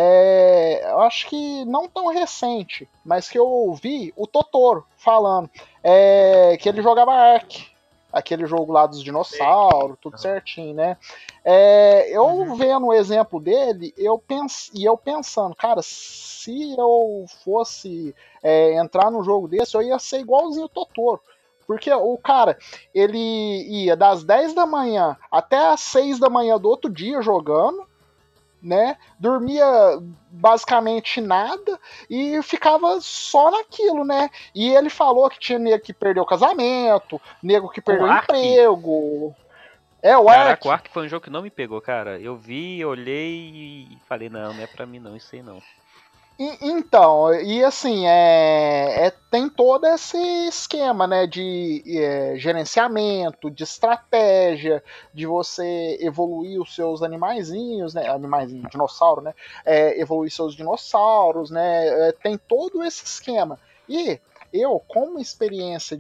É, eu acho que não tão recente, mas que eu ouvi o Totoro falando é, que ele jogava Ark, aquele jogo lá dos dinossauros, tudo certinho, né? É, eu Uhum. vendo o exemplo dele, eu pens, e eu pensando, cara, se eu fosse é, entrar num jogo desse, eu ia ser igualzinho o Totoro. Porque o cara, ele ia das dez da manhã até as seis da manhã do outro dia jogando, né? Dormia basicamente nada e ficava só naquilo, né? E ele falou que tinha nego que perdeu o casamento, nego que perdeu o Ark? emprego. É, o Caraca, o Ark. Ark foi um jogo que não me pegou, cara. Eu vi, olhei e falei, não, não é pra mim não, isso aí não. E- Então, e assim, é, é- tem todo esse esquema, né, de é, gerenciamento, de estratégia, de você evoluir os seus animaizinhos, né, animaizinhos, dinossauro, né, é, evoluir seus dinossauros, né, é, tem todo esse esquema. E eu, como experiência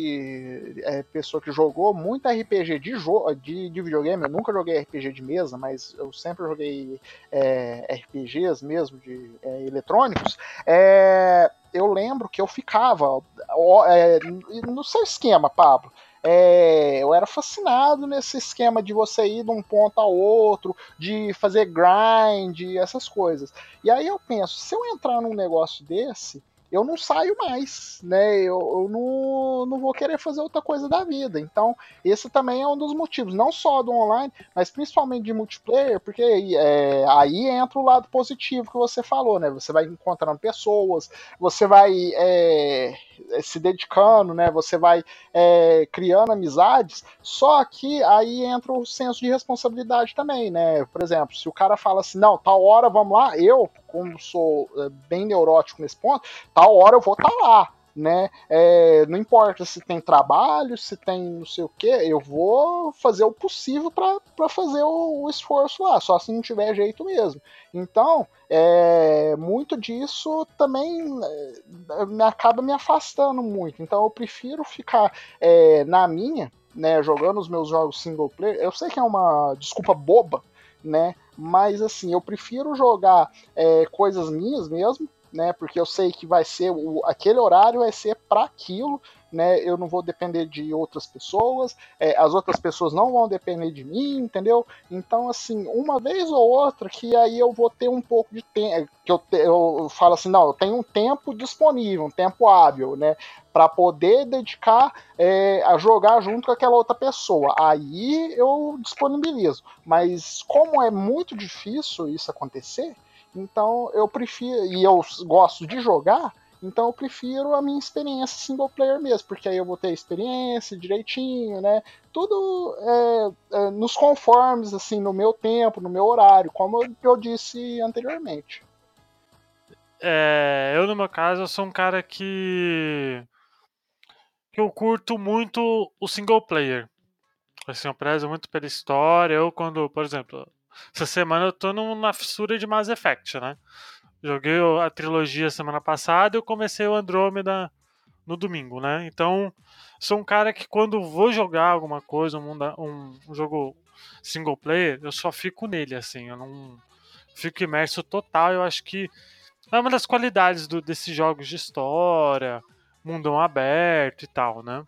de é, pessoa que jogou muito R P G de, jo de, de videogame, eu nunca joguei R P G de mesa, mas eu sempre joguei é, R P Gs mesmo, de é, eletrônicos, é, eu lembro que eu ficava ó, é, no seu esquema, Pablo. É, eu era fascinado nesse esquema de você ir de um ponto ao outro, de fazer grind, essas coisas. E aí eu penso, se eu entrar num negócio desse, eu não saio mais, né? Eu, eu não, não vou querer fazer outra coisa da vida. Então, esse também é um dos motivos, não só do online, mas principalmente de multiplayer, porque é, aí entra o lado positivo que você falou, né? Você vai encontrando pessoas, você vai é, se dedicando, né? Você vai é, criando amizades, só que aí entra o senso de responsabilidade também, né? Por exemplo, se o cara fala assim, não, tal hora vamos lá, eu, como sou é, bem neurótico nesse ponto, tal hora eu vou estar tá lá, né? É, não importa se tem trabalho, se tem não sei o que, eu vou fazer o possível para fazer o, o esforço lá, só se não tiver jeito mesmo. Então, é, muito disso também é, me acaba me afastando muito. Então, eu prefiro ficar é, na minha, né, jogando os meus jogos single player. Eu sei que é uma desculpa boba, né? Mas assim, eu prefiro jogar é, coisas minhas mesmo, né? Porque eu sei que vai ser o, aquele horário vai ser para aquilo, né? Eu não vou depender de outras pessoas, é, as outras pessoas não vão depender de mim, entendeu? Então, assim, uma vez ou outra que aí eu vou ter um pouco de tempo, que eu, te, eu falo assim, não, eu tenho um tempo disponível, um tempo hábil, né? Para poder dedicar é, a jogar junto com aquela outra pessoa. Aí eu disponibilizo. Mas como é muito difícil isso acontecer, então eu prefiro, e eu gosto de jogar, então eu prefiro a minha experiência single player mesmo, porque aí eu vou ter experiência direitinho, né? Tudo é, é, nos conformes, assim, no meu tempo, no meu horário, como eu, eu disse anteriormente. É, eu, no meu caso, eu sou um cara que. que eu curto muito o single player. Assim, eu prezo muito pela história. Eu, quando, por exemplo, essa semana eu tô numa fissura de Mass Effect, né? Joguei a trilogia semana passada e eu comecei o Andrômeda no domingo, né? Então, sou um cara que quando vou jogar alguma coisa, um, um, um jogo single player, eu só fico nele, assim. Eu não fico imerso total. Eu acho que é uma das qualidades do, desses jogos de história, mundão aberto e tal, né?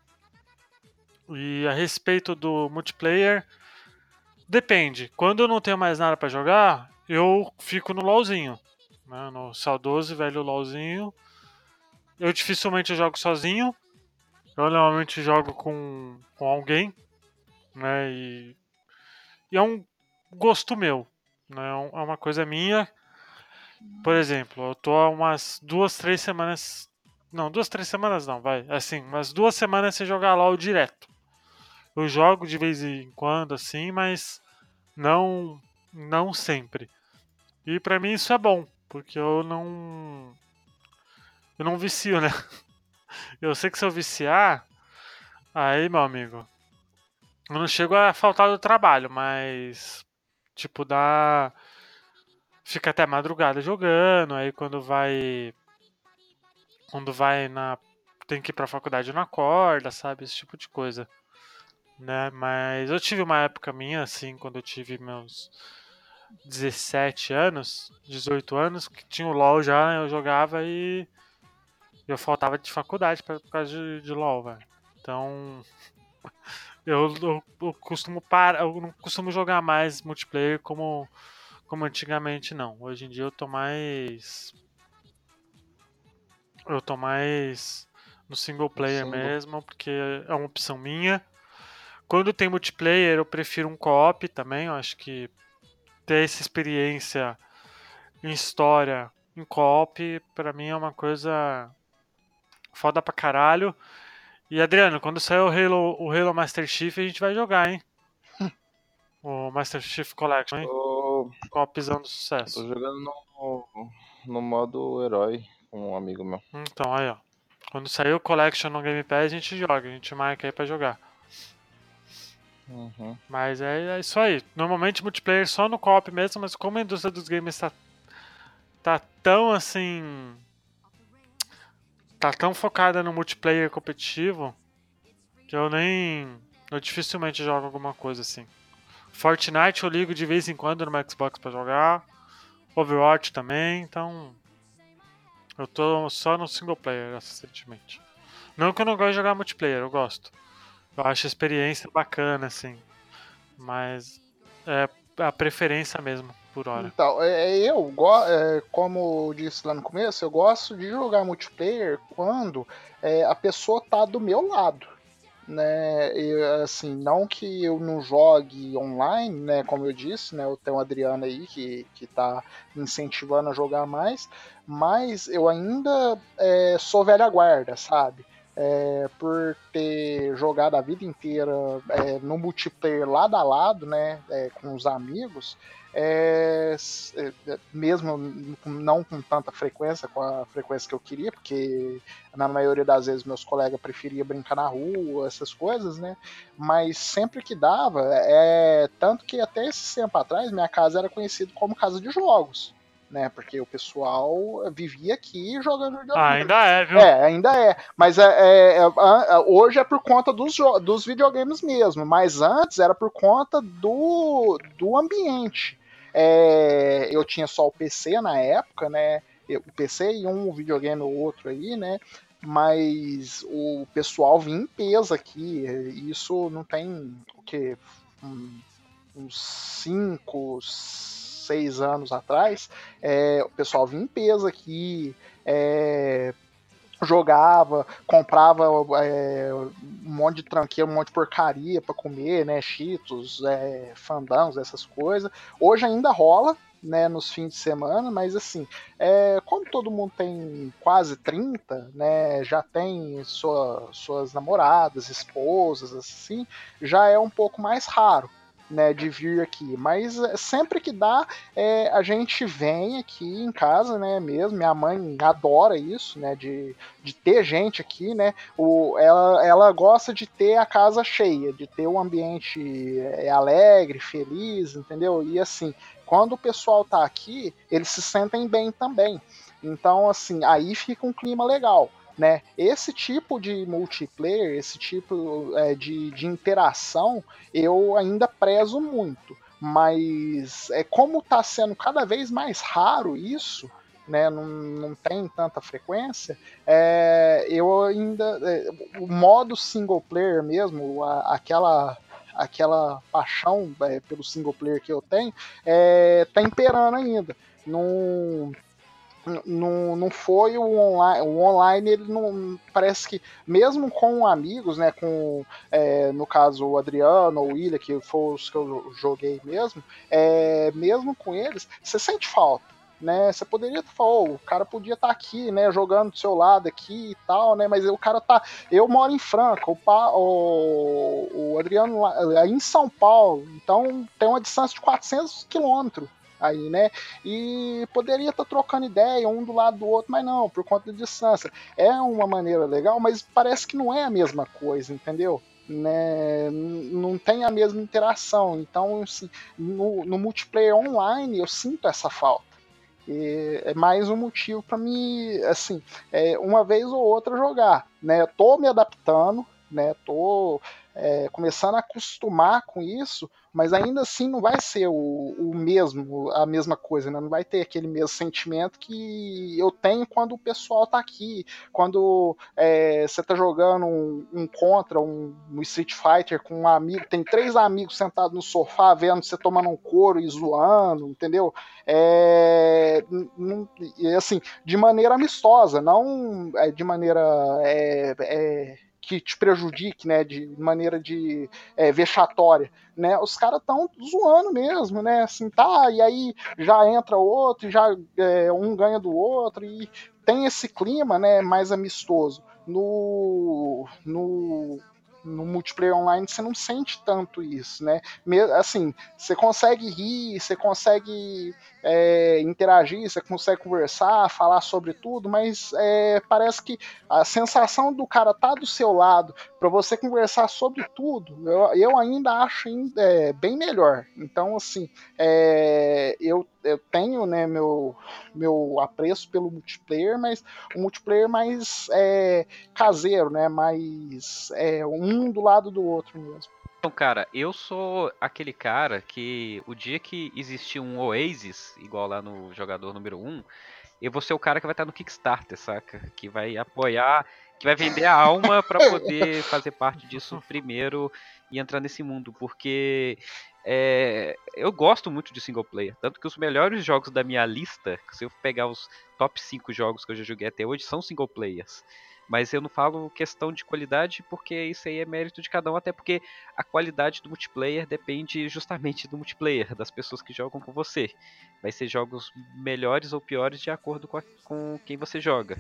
E a respeito do multiplayer, depende. Quando eu não tenho mais nada pra jogar, eu fico no LoLzinho, né? No saudoso e velho LoLzinho. Eu dificilmente jogo sozinho. Eu normalmente jogo com, com alguém, né? E, e é um gosto meu, né? É um- é uma coisa minha. Por exemplo, eu tô há umas duas, três semanas. Não, duas, três semanas não, vai. Assim, umas duas semanas sem jogar LOL direto. Eu jogo de vez em quando, assim, mas não, não sempre. E pra mim isso é bom, porque eu não. Eu não vicio, né? Eu sei que se eu viciar, aí, meu amigo, eu não chego a faltar do trabalho, mas. Tipo, dá. Fica até madrugada jogando, aí quando vai. Quando vai na. Tem que ir pra faculdade não acorda, sabe? Esse tipo de coisa. né? Mas eu tive uma época minha, assim, quando eu tive meus dezessete anos, dezoito anos, que tinha o LoL já, eu jogava e eu faltava de faculdade por causa de, de LoL, velho. Então, eu, eu, eu costumo parar, eu não costumo jogar mais multiplayer como, como antigamente, não. Hoje em dia eu tô mais. Eu tô mais no single player Single. mesmo, porque é uma opção minha. Quando tem multiplayer, eu prefiro um co-op também. Eu acho que ter essa experiência em história em co-op, pra mim é uma coisa foda pra caralho. E Adriano, quando sair o Halo, o Halo Master Chief, a gente vai jogar, hein? O Master Chief Collection, hein? Tô, Co-opzão do tô sucesso. jogando no, no modo herói com um amigo meu. Então, aí, ó. Quando sair o Collection no Game Pass, a gente joga. A gente marca aí pra jogar. Uhum. Mas é, é isso aí. Normalmente multiplayer só no co-op mesmo, mas como a indústria dos games tá, tá tão assim. Tá tão focada no multiplayer competitivo que eu nem. Eu dificilmente jogo alguma coisa assim. Fortnite eu ligo de vez em quando no meu Xbox pra jogar. Overwatch também, então. Eu tô só no single player recentemente. Não que eu não gosto de jogar multiplayer, eu gosto. Eu acho a experiência bacana, assim. Mas é a preferência mesmo, por hora. Então, é, é, eu, go- é, como eu disse lá no começo, eu gosto de jogar multiplayer quando é, a pessoa tá do meu lado, né? E, assim, não que eu não jogue online, né? Como eu disse, né? Eu tenho o Adriano aí que, que tá me incentivando a jogar mais, mas eu ainda é, sou velha guarda, sabe? É, por ter jogado a vida inteira é, no multiplayer lado a lado, né? É, com os amigos. É, mesmo não com tanta frequência, com a frequência que eu queria, porque na maioria das vezes meus colegas preferiam brincar na rua, essas coisas, né? Mas sempre que dava, é tanto que até esse tempo atrás minha casa era conhecida como casa de jogos, né? Porque o pessoal vivia aqui jogando Ah, videogame. ainda é, viu? É, ainda é. Mas é, é, é, hoje é por conta dos, dos videogames mesmo. Mas antes era por conta do, do ambiente. É, eu tinha só o P C na época, né? O P C e um videogame ou outro aí, né? Mas o pessoal vinha em peso aqui. Isso não tem o que? Um, uns cinco, seis anos atrás. É, o pessoal vinha em peso aqui. É, jogava, comprava é, um monte de tranqueira, um monte de porcaria para comer, né? Cheetos, é, fandangos, essas coisas. Hoje ainda rola, né, nos fins de semana, mas assim, é, como todo mundo tem quase trinta, né, já tem sua, suas namoradas, esposas, assim, já é um pouco mais raro, né, de vir aqui, mas sempre que dá, é, a gente vem aqui em casa, né, mesmo, minha mãe adora isso, né, de, de ter gente aqui, né, o, ela, ela gosta de ter a casa cheia, de ter um ambiente é, alegre, feliz, entendeu, e assim, quando o pessoal tá aqui, eles se sentem bem também, então assim, aí fica um clima legal. Né? Esse tipo de multiplayer, esse tipo é, de, de interação, eu ainda prezo muito. Mas é como está sendo cada vez mais raro isso, né? Não, não tem tanta frequência. É, eu ainda. É, o modo single player mesmo, a, aquela aquela paixão é, pelo single player que eu tenho, é, tá imperando ainda. Não, não, não foi o online. O online, ele não. Parece que, mesmo com amigos, né? Com, é, no caso, o Adriano ou o William, que foram os que eu joguei mesmo, é, mesmo com eles, você sente falta. Né, você poderia falar, oh, o cara podia estar tá aqui, né, jogando do seu lado aqui e tal, né, mas o cara tá, eu moro em Franca, o, pa, o, o Adriano aí em São Paulo, então tem uma distância de quatrocentos quilômetros aí, né? E poderia estar tá trocando ideia um do lado do outro, mas não, por conta da distância. É uma maneira legal, mas parece que não é a mesma coisa, entendeu? Né? Não tem a mesma interação. Então, assim, no, no multiplayer online eu sinto essa falta. E é mais um motivo para mim, assim, é, uma vez ou outra jogar, né? Tô me adaptando, né? Tô é, começando a acostumar com isso, mas ainda assim não vai ser o, o mesmo, a mesma coisa, né? Não vai ter aquele mesmo sentimento que eu tenho quando o pessoal tá aqui, quando é, você tá jogando um, um contra, um, um Street Fighter com um amigo, tem três amigos sentados no sofá vendo você tomando um couro e zoando, entendeu? É, assim, de maneira amistosa, não é, de maneira é, é, que te prejudique, né, de maneira de é, vexatória, né, os caras estão zoando mesmo, né, assim, tá, e aí já entra outro, já é, um ganha do outro, e tem esse clima, né, mais amistoso. No, no, no multiplayer online você não sente tanto isso, né, assim, você consegue rir, você consegue é, interagir, você consegue conversar, falar sobre tudo, mas é, parece que a sensação do cara estar tá do seu lado para você conversar sobre tudo, eu, eu ainda acho é, bem melhor. Então, assim, é, eu, eu tenho, né, meu, meu apreço pelo multiplayer, mas o multiplayer mais é, caseiro, né, mais é, um do lado do outro mesmo. Então, cara, eu sou aquele cara que o dia que existir um Oasis, igual lá no jogador número um, eu vou ser o cara que vai estar no Kickstarter, saca? Que vai apoiar, que vai vender a alma pra poder fazer parte disso primeiro e entrar nesse mundo, porque é, eu gosto muito de single player, tanto que os melhores jogos da minha lista, se eu pegar os top cinco jogos que eu já joguei até hoje, são single players. Mas eu não falo questão de qualidade, porque isso aí é mérito de cada um, até porque a qualidade do multiplayer depende justamente do multiplayer, das pessoas que jogam com você. Vai ser jogos melhores ou piores de acordo com, a, com quem você joga.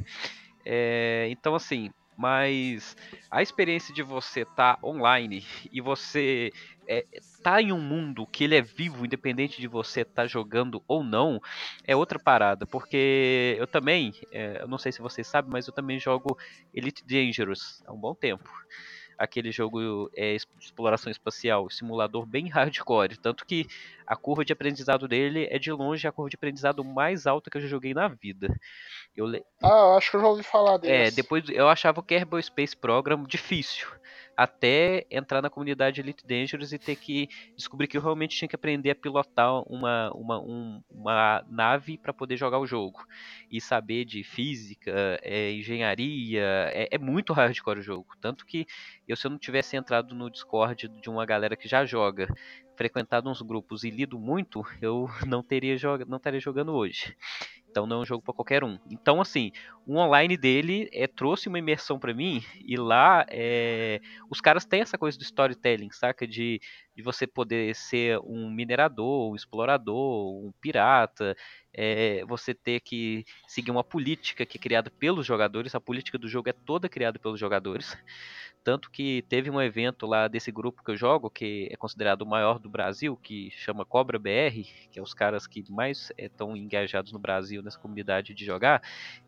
É, então, assim, mas a experiência de você estar tá online e você é, tá em um mundo que ele é vivo, independente de você estar tá jogando ou não, é outra parada. Porque eu também, é, eu não sei se vocês sabem, mas eu também jogo Elite Dangerous há um bom tempo. Aquele jogo é, de exploração espacial, simulador bem hardcore, tanto que a curva de aprendizado dele é de longe a curva de aprendizado mais alta que eu já joguei na vida. Eu le... Ah, eu acho que eu já ouvi falar desse. É, depois eu achava o Kerbal Space Program difícil, até entrar na comunidade Elite Dangerous e ter que descobrir que eu realmente tinha que aprender a pilotar uma, uma, um, uma nave para poder jogar o jogo. E saber de física, é, engenharia, é, é muito hardcore o jogo. Tanto que eu, se eu não tivesse entrado no Discord de uma galera que já joga, frequentado uns grupos e lido muito, eu não teria joga, não estaria jogando hoje. Então não é um jogo para qualquer um. Então, assim, o online dele é, trouxe uma imersão para mim. E lá, é, os caras têm essa coisa do storytelling, saca? De, de você poder ser um minerador, um explorador, um pirata. É, você ter que seguir uma política que é criada pelos jogadores. A política do jogo é toda criada pelos jogadores. Tanto que teve um evento lá desse grupo que eu jogo, que é considerado o maior do Brasil, que chama Cobra B R, que é os caras que mais estão é, engajados no Brasil nessa comunidade de jogar,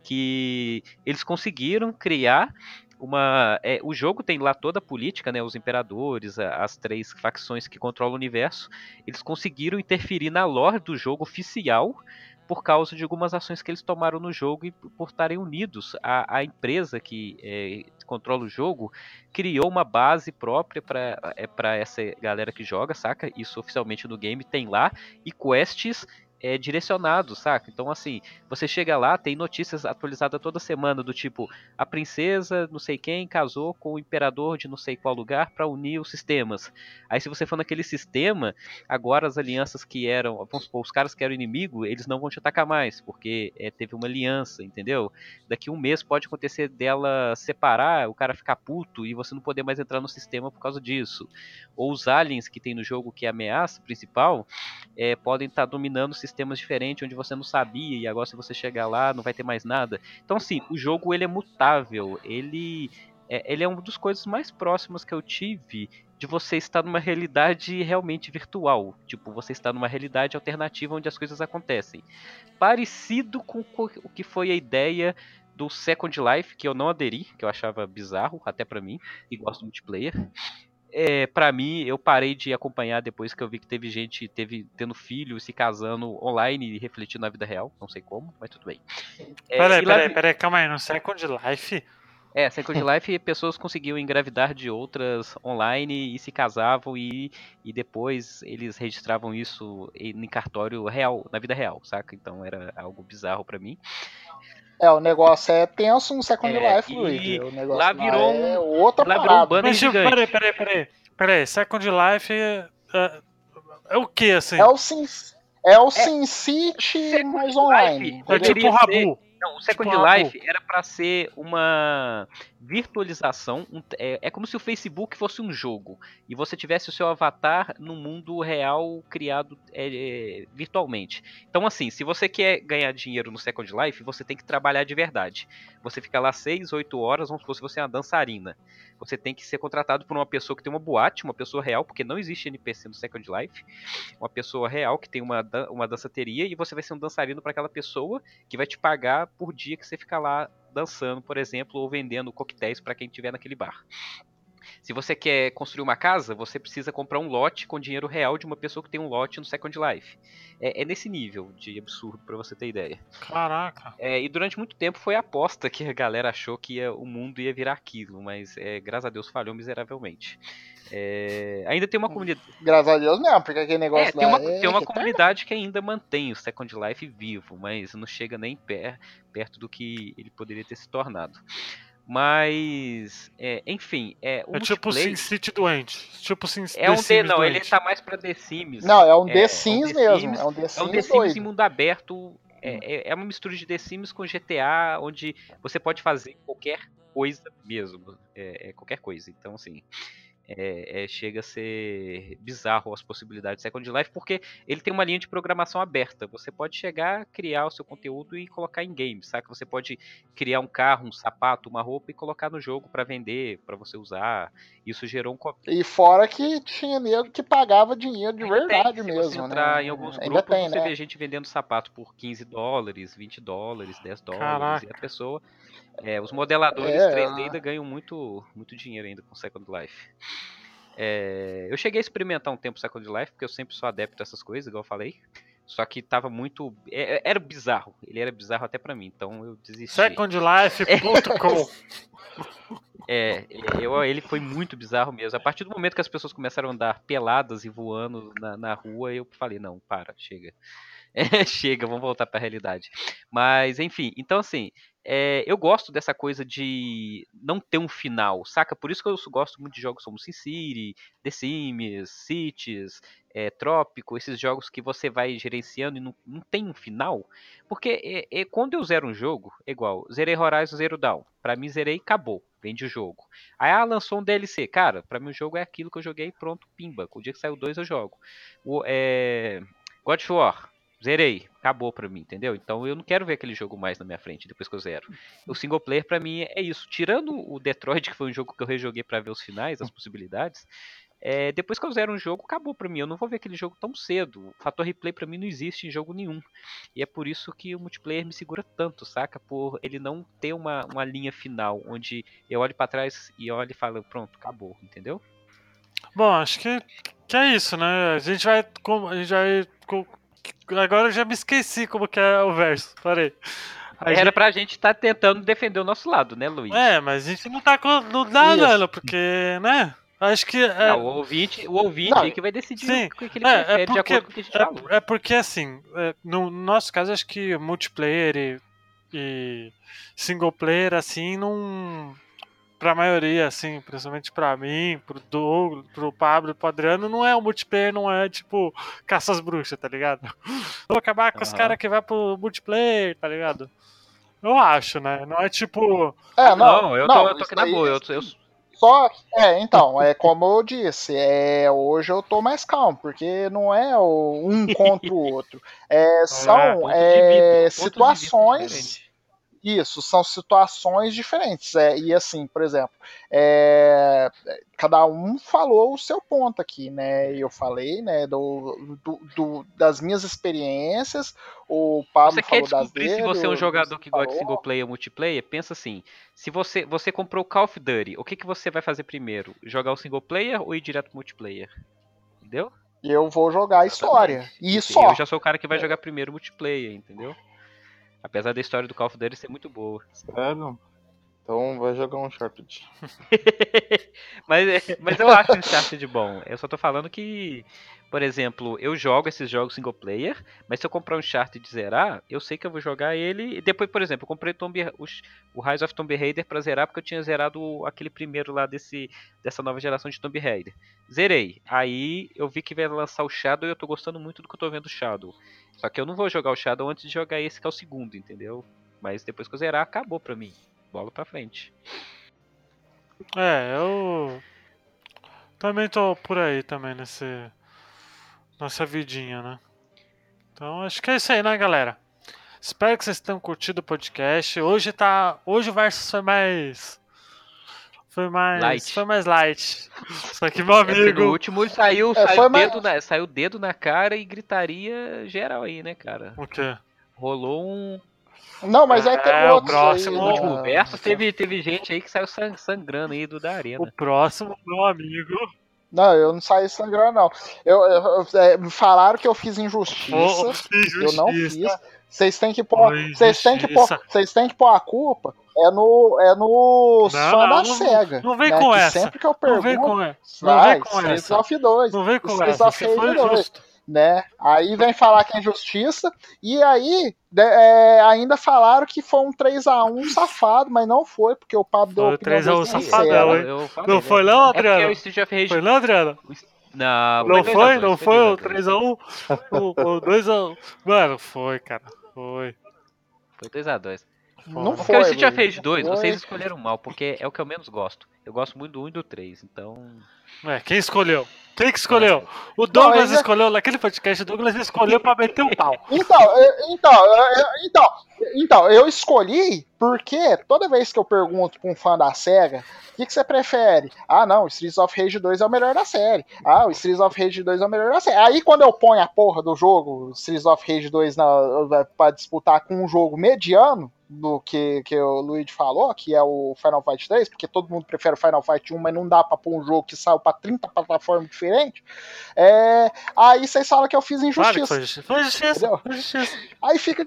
que eles conseguiram criar uma... É, o jogo tem lá toda a política, né, os imperadores, as três facções que controlam o universo, eles conseguiram interferir na lore do jogo oficial, por causa de algumas ações que eles tomaram no jogo e por estarem unidos. A, a empresa que é, controla o jogo criou uma base própria para é, para essa galera que joga, saca? Isso oficialmente no game tem lá, e quests é, direcionados, saca? Então, assim, você chega lá, tem notícias atualizadas toda semana do tipo, a princesa não sei quem casou com o imperador de não sei qual lugar para unir os sistemas. Aí, se você for naquele sistema, agora as alianças que eram, vamos supor, os caras que eram inimigo, eles não vão te atacar mais, porque é, teve uma aliança, entendeu? Daqui um mês pode acontecer dela separar, o cara ficar puto e você não poder mais entrar no sistema por causa disso. Ou os aliens que tem no jogo, que é a ameaça principal, é, podem estar tá dominando sistemas diferentes onde você não sabia, e agora se você chegar lá não vai ter mais nada. Então, assim, o jogo ele é mutável, ele é, ele é uma das coisas mais próximas que eu tive de você estar numa realidade realmente virtual. Tipo, você está numa realidade alternativa onde as coisas acontecem. Parecido com o que foi a ideia do Second Life, que eu não aderi, que eu achava bizarro, até pra mim, e gosto do multiplayer. É, pra mim, eu parei de acompanhar depois que eu vi que teve gente teve, tendo filho, se casando online e refletindo na vida real. Não sei como, mas tudo bem. É, Peraí, e lá peraí, vi- peraí, calma aí, no Second Life? É, Second Life, pessoas conseguiam engravidar de outras online e se casavam e, e depois eles registravam isso em, em cartório real, na vida real, saca? Então era algo bizarro pra mim. É, o negócio é tenso no Second É, Life, Luigi. e O lá negócio lá virou é um, outra lá virou um parada. banner Mas tipo, gigante. peraí, peraí, peraí. Peraí, Second Life é, é, é o que, assim? É o Sim, é o É, Sim City Second mais online. Life É Entendeu? tipo o poderia ser. Rabu. Não, o Tipo Second um Rabu. Life era pra ser uma virtualização. um- é, é como se o Facebook fosse um jogo e você tivesse o seu avatar no mundo real criado é, é, virtualmente. Então, assim, se você quer ganhar dinheiro no Second Life, você tem que trabalhar de verdade. Você fica lá seis, oito horas, vamos supor, se você é uma dançarina. Você tem que ser contratado por uma pessoa que tem uma boate, uma pessoa real, porque não existe N P C no Second Life. Uma pessoa real que tem uma, dan- uma danceteria e você vai ser um dançarino para aquela pessoa que vai te pagar por dia que você fica lá dançando, por exemplo, ou vendendo coquetéis para quem estiver naquele bar. Se você quer construir uma casa, você precisa comprar um lote com dinheiro real de uma pessoa que tem um lote no Second Life. É, é nesse nível de absurdo, para você ter ideia. Caraca. É, e durante muito tempo foi a aposta que a galera achou que ia- o mundo ia virar aquilo, mas é, graças a Deus falhou miseravelmente. É, ainda tem uma comunidade. Graças a Deus mesmo, porque aquele negócio É, tem lá uma, é tem uma retalhado. comunidade que ainda mantém o Second Life vivo, mas não chega nem per, perto do que ele poderia ter se tornado. Mas, é, enfim, é, o É tipo o multiplayer SimCity doente. Tipo o Sim, é The um The, Sims não, ele doente. tá mais pra The Sims. Não, é um É, The é um Sims The mesmo. Sims, É um The é um The Sims Sims em doido. mundo aberto. É, é- é uma mistura de The Sims com G T A, onde você pode fazer qualquer coisa mesmo. É, é qualquer coisa. Então, assim, é, é, chega a ser bizarro as possibilidades de Second Life, porque ele tem uma linha de programação aberta. Você pode chegar, criar o seu conteúdo e colocar em game, saca? Você pode criar um carro, um sapato, uma roupa e colocar no jogo pra vender, pra você usar. Isso gerou um co- E fora que tinha nego que pagava dinheiro de Ainda tem, verdade se você mesmo, entrar em né? alguns Ainda grupos, tem, você né? vê gente vendendo sapato por quinze dólares, vinte dólares, dez dólares, e a Caraca. pessoa, é, os modeladores É, três D ainda ganham muito, muito dinheiro ainda com Second Life. É, eu cheguei a experimentar um tempo Second Life, porque eu sempre sou adepto a essas coisas, igual eu falei. Só que tava muito. é- é- Era bizarro. Ele era bizarro até pra mim, então eu desisti. second life ponto com. É, eu, ele foi muito bizarro mesmo. A partir do momento que as pessoas começaram a andar peladas e voando na, na rua, eu falei: não, para, chega. É, chega, vamos voltar pra realidade. Mas, enfim, então assim, é, eu gosto dessa coisa de não ter um final, saca? Por isso que eu gosto muito de jogos como SimCity, The Sims, Cities, é, Trópico, esses jogos que você vai gerenciando e não, não tem um final. Porque é, é, quando eu zero um jogo, é igual, zerei Horizon Zero Dawn. Pra mim, zerei, acabou, vende o jogo. Aí ah, lançou um D L C, cara, pra mim o jogo é aquilo que eu joguei, pronto, pimba. O dia que saiu dois eu jogo. O, é, God of War. Zerei, acabou pra mim, entendeu? Então eu não quero ver aquele jogo mais na minha frente depois que eu zero. O single player pra mim é isso. Tirando o Detroit, que foi um jogo que eu rejoguei pra ver os finais, as possibilidades, é, depois que eu zero um jogo, acabou pra mim. Eu não vou ver aquele jogo tão cedo. O fator replay pra mim não existe em jogo nenhum. E é por isso que o multiplayer me segura tanto, saca? Por ele não ter uma, uma linha final, onde eu olho pra trás e olho e falo, pronto, acabou, entendeu? Bom, acho que, que é isso, né? A gente vai. com- A gente vai. com- Agora eu já me esqueci como que é o verso. Parei. A Era gente- pra gente estar tentando defender o nosso lado, né, Luiz? É, mas a gente não tá com. Não dá, Isso. Nano, porque, né? Acho que. É... Não, o ouvinte, o ouvinte Não, aí que vai decidir Sim, o que ele é, prefere é de porque, acordo com o que a gente falou. é, é porque assim, é, no nosso caso, acho que multiplayer e, e single player, assim, não. Pra maioria, assim, principalmente pra mim, pro Douglas, pro Pablo, pro Adriano, não é o multiplayer, não é tipo caça às bruxas, tá ligado? Vou acabar com os Aham. caras que vai pro multiplayer, tá ligado? Eu acho, né? Não é tipo. É, não, Não, eu tô, não, eu tô isso aqui na aí, boa. Eu, eu, Só, é, então, é como eu disse, é, hoje eu tô mais calmo, porque não é o um contra o outro. É, são ponto de é, vista, pontos de vista situações. diferentes. Isso, são situações diferentes. É, e assim, por exemplo, é, cada um falou o seu ponto aqui, né? Eu falei, né, do, do, do- das minhas experiências, o Pablo Você quer falou das descobrir se dele, você é um o jogador que gosta de falou. single player ou multiplayer? Pensa assim, se você, você comprou Call of Duty, o que, que você vai fazer primeiro? Jogar o single player ou ir direto pro multiplayer? Entendeu? E eu vou jogar a história. Exatamente. E E só. eu já sou o cara que vai jogar primeiro multiplayer, entendeu? Apesar da história do Call of Duty ser muito boa. Sério? Então vai jogar um Uncharted. mas, mas eu acho o Uncharted bom. Eu só tô falando que, por exemplo, eu jogo esses jogos single player, mas se eu comprar um Uncharted e zerar, eu sei que eu vou jogar ele. E depois, por exemplo, eu comprei Tomb, o, o Rise of Tomb Raider pra zerar, porque eu tinha zerado aquele primeiro lá desse, dessa nova geração de Tomb Raider. Zerei. Aí eu vi que vai lançar o Shadow e eu tô gostando muito do que eu tô vendo o Shadow. Só que eu não vou jogar o Shadow antes de jogar esse que é o segundo, entendeu? Mas depois que eu zerar, acabou pra mim. Bola pra frente. É, eu também tô por aí também nesse nessa vidinha, né? Então acho que é isso aí, né, galera? Espero que vocês tenham curtido o podcast. Hoje tá, hoje o Versus foi mais foi mais Light. foi mais light. Só que meu É porque amigo, no último saiu, É, saiu, foi o mais- dedo na, saiu o dedo na cara e gritaria geral aí, né, cara? o quê? Rolou um. Não, mas é que tem É, o outros próximo- aí, No último né? verso teve, teve gente aí que saiu sang- sangrando aí do da O arena. próximo meu amigo. Não, eu não saí sangrando, não. Eu, eu- eu- é, me falaram que eu fiz injustiça. Oh, Eu não injustiça. fiz. Vocês têm que pôr. Foi Vocês têm que pôr. injustiça. Vocês têm que pôr a culpa. É no. É no Não, fã não, da não- SEGA. não vem né, com que essa. Sempre que eu Não vem pergunto. com essa. Não Vai, vem com Streets essa. of dois. Não vem com Streets essa. of Você foi Rage dois. justo. Né? Aí vem falar que é injustiça, e aí de- é, ainda falaram que foi um três a um safado, mas não foi, porque o Pablo deu Foi opinião três a um bem safadão, sincera. hein? Eu falei, Não foi né? não, É porque Adriano? o Street of Rage. Foi não, Adriano? Não, Não dois a foi? dois, Não foi o dois a dois. três a um? O dois a um? Mano, foi, cara. Foi. Foi dois a dois. Não Porque foi, o Street of Luiz, Rage dois, não foi. vocês escolheram mal, porque é o que eu menos gosto. Eu gosto muito do um e do três, então. É, quem escolheu? Quem que escolheu? O Douglas Não, é- escolheu, naquele podcast, o Douglas escolheu pra meter o pau. Então, eu- então, eu- eu- então, então, eu escolhi porque toda vez que eu pergunto pra um fã da SEGA, o que, que você prefere? Ah, não, o Streets of Rage dois é o melhor da série. Ah, o Streets of Rage dois é o melhor da série. Aí quando eu ponho a porra do jogo, o Streets of Rage dois, na, pra disputar com um jogo mediano, do que, que o Luigi falou, que é o Final Fight três, porque todo mundo prefere o Final Fight um, mas não dá pra pôr um jogo que saiu pra trinta plataformas diferentes. É, aí vocês falam que eu fiz Claro que injustiça. foi justiça. Foi justiça. Entendeu? Foi justiça. Aí fica.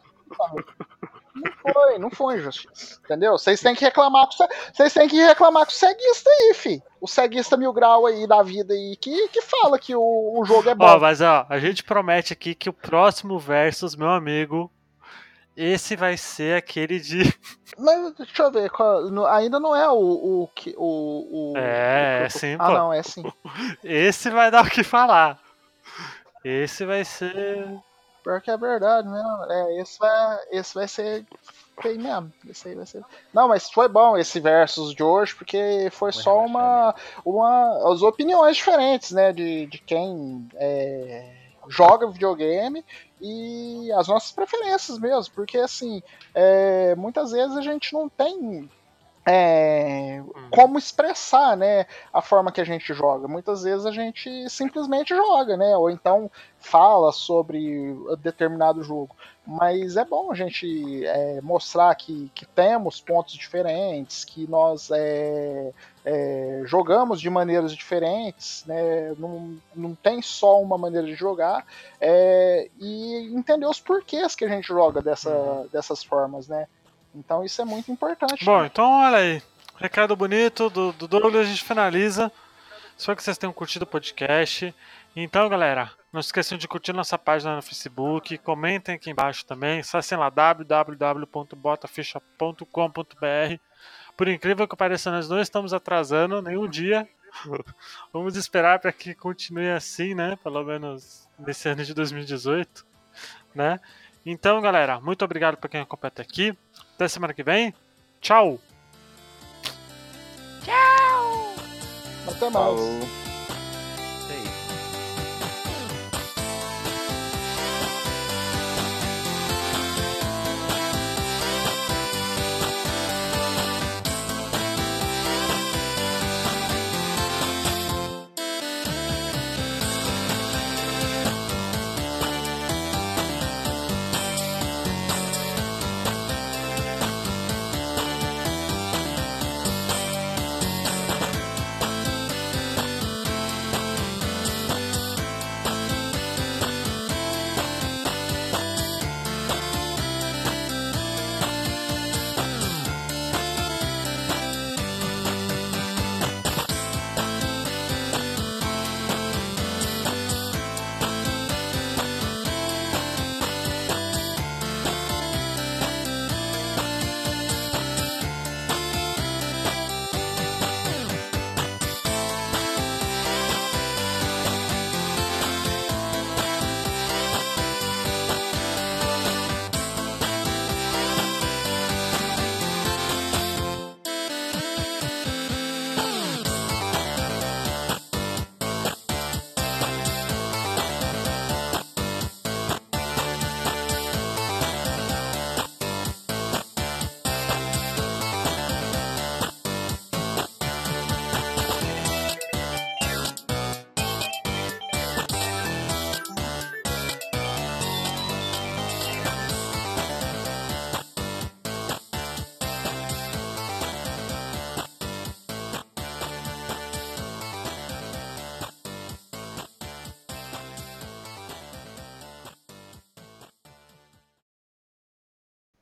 Não foi, não foi injustiça. Entendeu? Vocês têm que reclamar com vocês têm que reclamar com o ceguista aí, fi. O ceguista mil grau aí da vida aí que, que fala que o, o jogo é bom. Ó, mas ó, a gente promete aqui que o próximo Versus, meu amigo, esse vai ser aquele de. Mas deixa eu ver, qual- no- ainda não é o, o que. O, o, É, o- é sim, Ah, pô. não, é sim. Esse vai dar o que falar. Esse vai ser. Pior que é verdade mesmo. É, esse vai, esse vai ser feio mesmo. Esse aí vai ser. Não, mas foi bom esse versus de hoje, porque foi Vou só relaxar uma, uma. As opiniões diferentes, né? De, de quem é, joga videogame e as nossas preferências mesmo. Porque assim, é, muitas vezes a gente não tem. É, como expressar, né, a forma que a gente joga. Muitas vezes a gente simplesmente joga, né, ou então fala sobre determinado jogo. Mas é bom a gente é, mostrar que, que temos pontos diferentes, que nós é, é, jogamos de maneiras diferentes, né, não, não tem só uma maneira de jogar, é, e entender os porquês que a gente joga dessa, dessas formas, né. Então isso é muito importante. Bom, né? então olha aí. Recado bonito do, do Douglas, a gente finaliza. Espero que vocês tenham curtido o podcast. Então, galera, não se esqueçam de curtir nossa página no Facebook. Comentem aqui embaixo também. Acessem lá w w w ponto botaficha ponto com ponto b r. Por incrível que pareça, nós não estamos atrasando nenhum dia. Vamos esperar para que continue assim, né? Pelo menos nesse ano de dois mil e dezoito, né? Então, galera, muito obrigado por quem acompanha até aqui. Até semana que vem. Tchau! Até mais. Falou.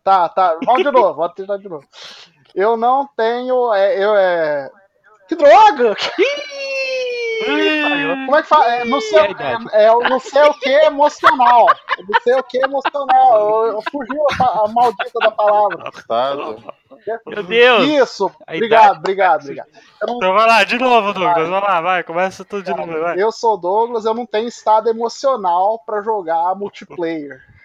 Tá, tá. Vamos de novo, vamos tentar de novo. Eu não tenho. É, eu é. Que droga! Como é que fala? É, não sei, E a idade? é, é, eu não sei o que emocional. Eu não sei o que emocional. Eu, eu fugiu a, pa- a maldita da palavra. Estado. Meu Deus! Isso. A Obrigado, idade- obrigado, obrigado. Eu, não- Então vai lá, de novo, Douglas. Vai lá, vai. Começa tudo de novo, vai. eu sou o Douglas, eu não tenho estado emocional pra jogar multiplayer.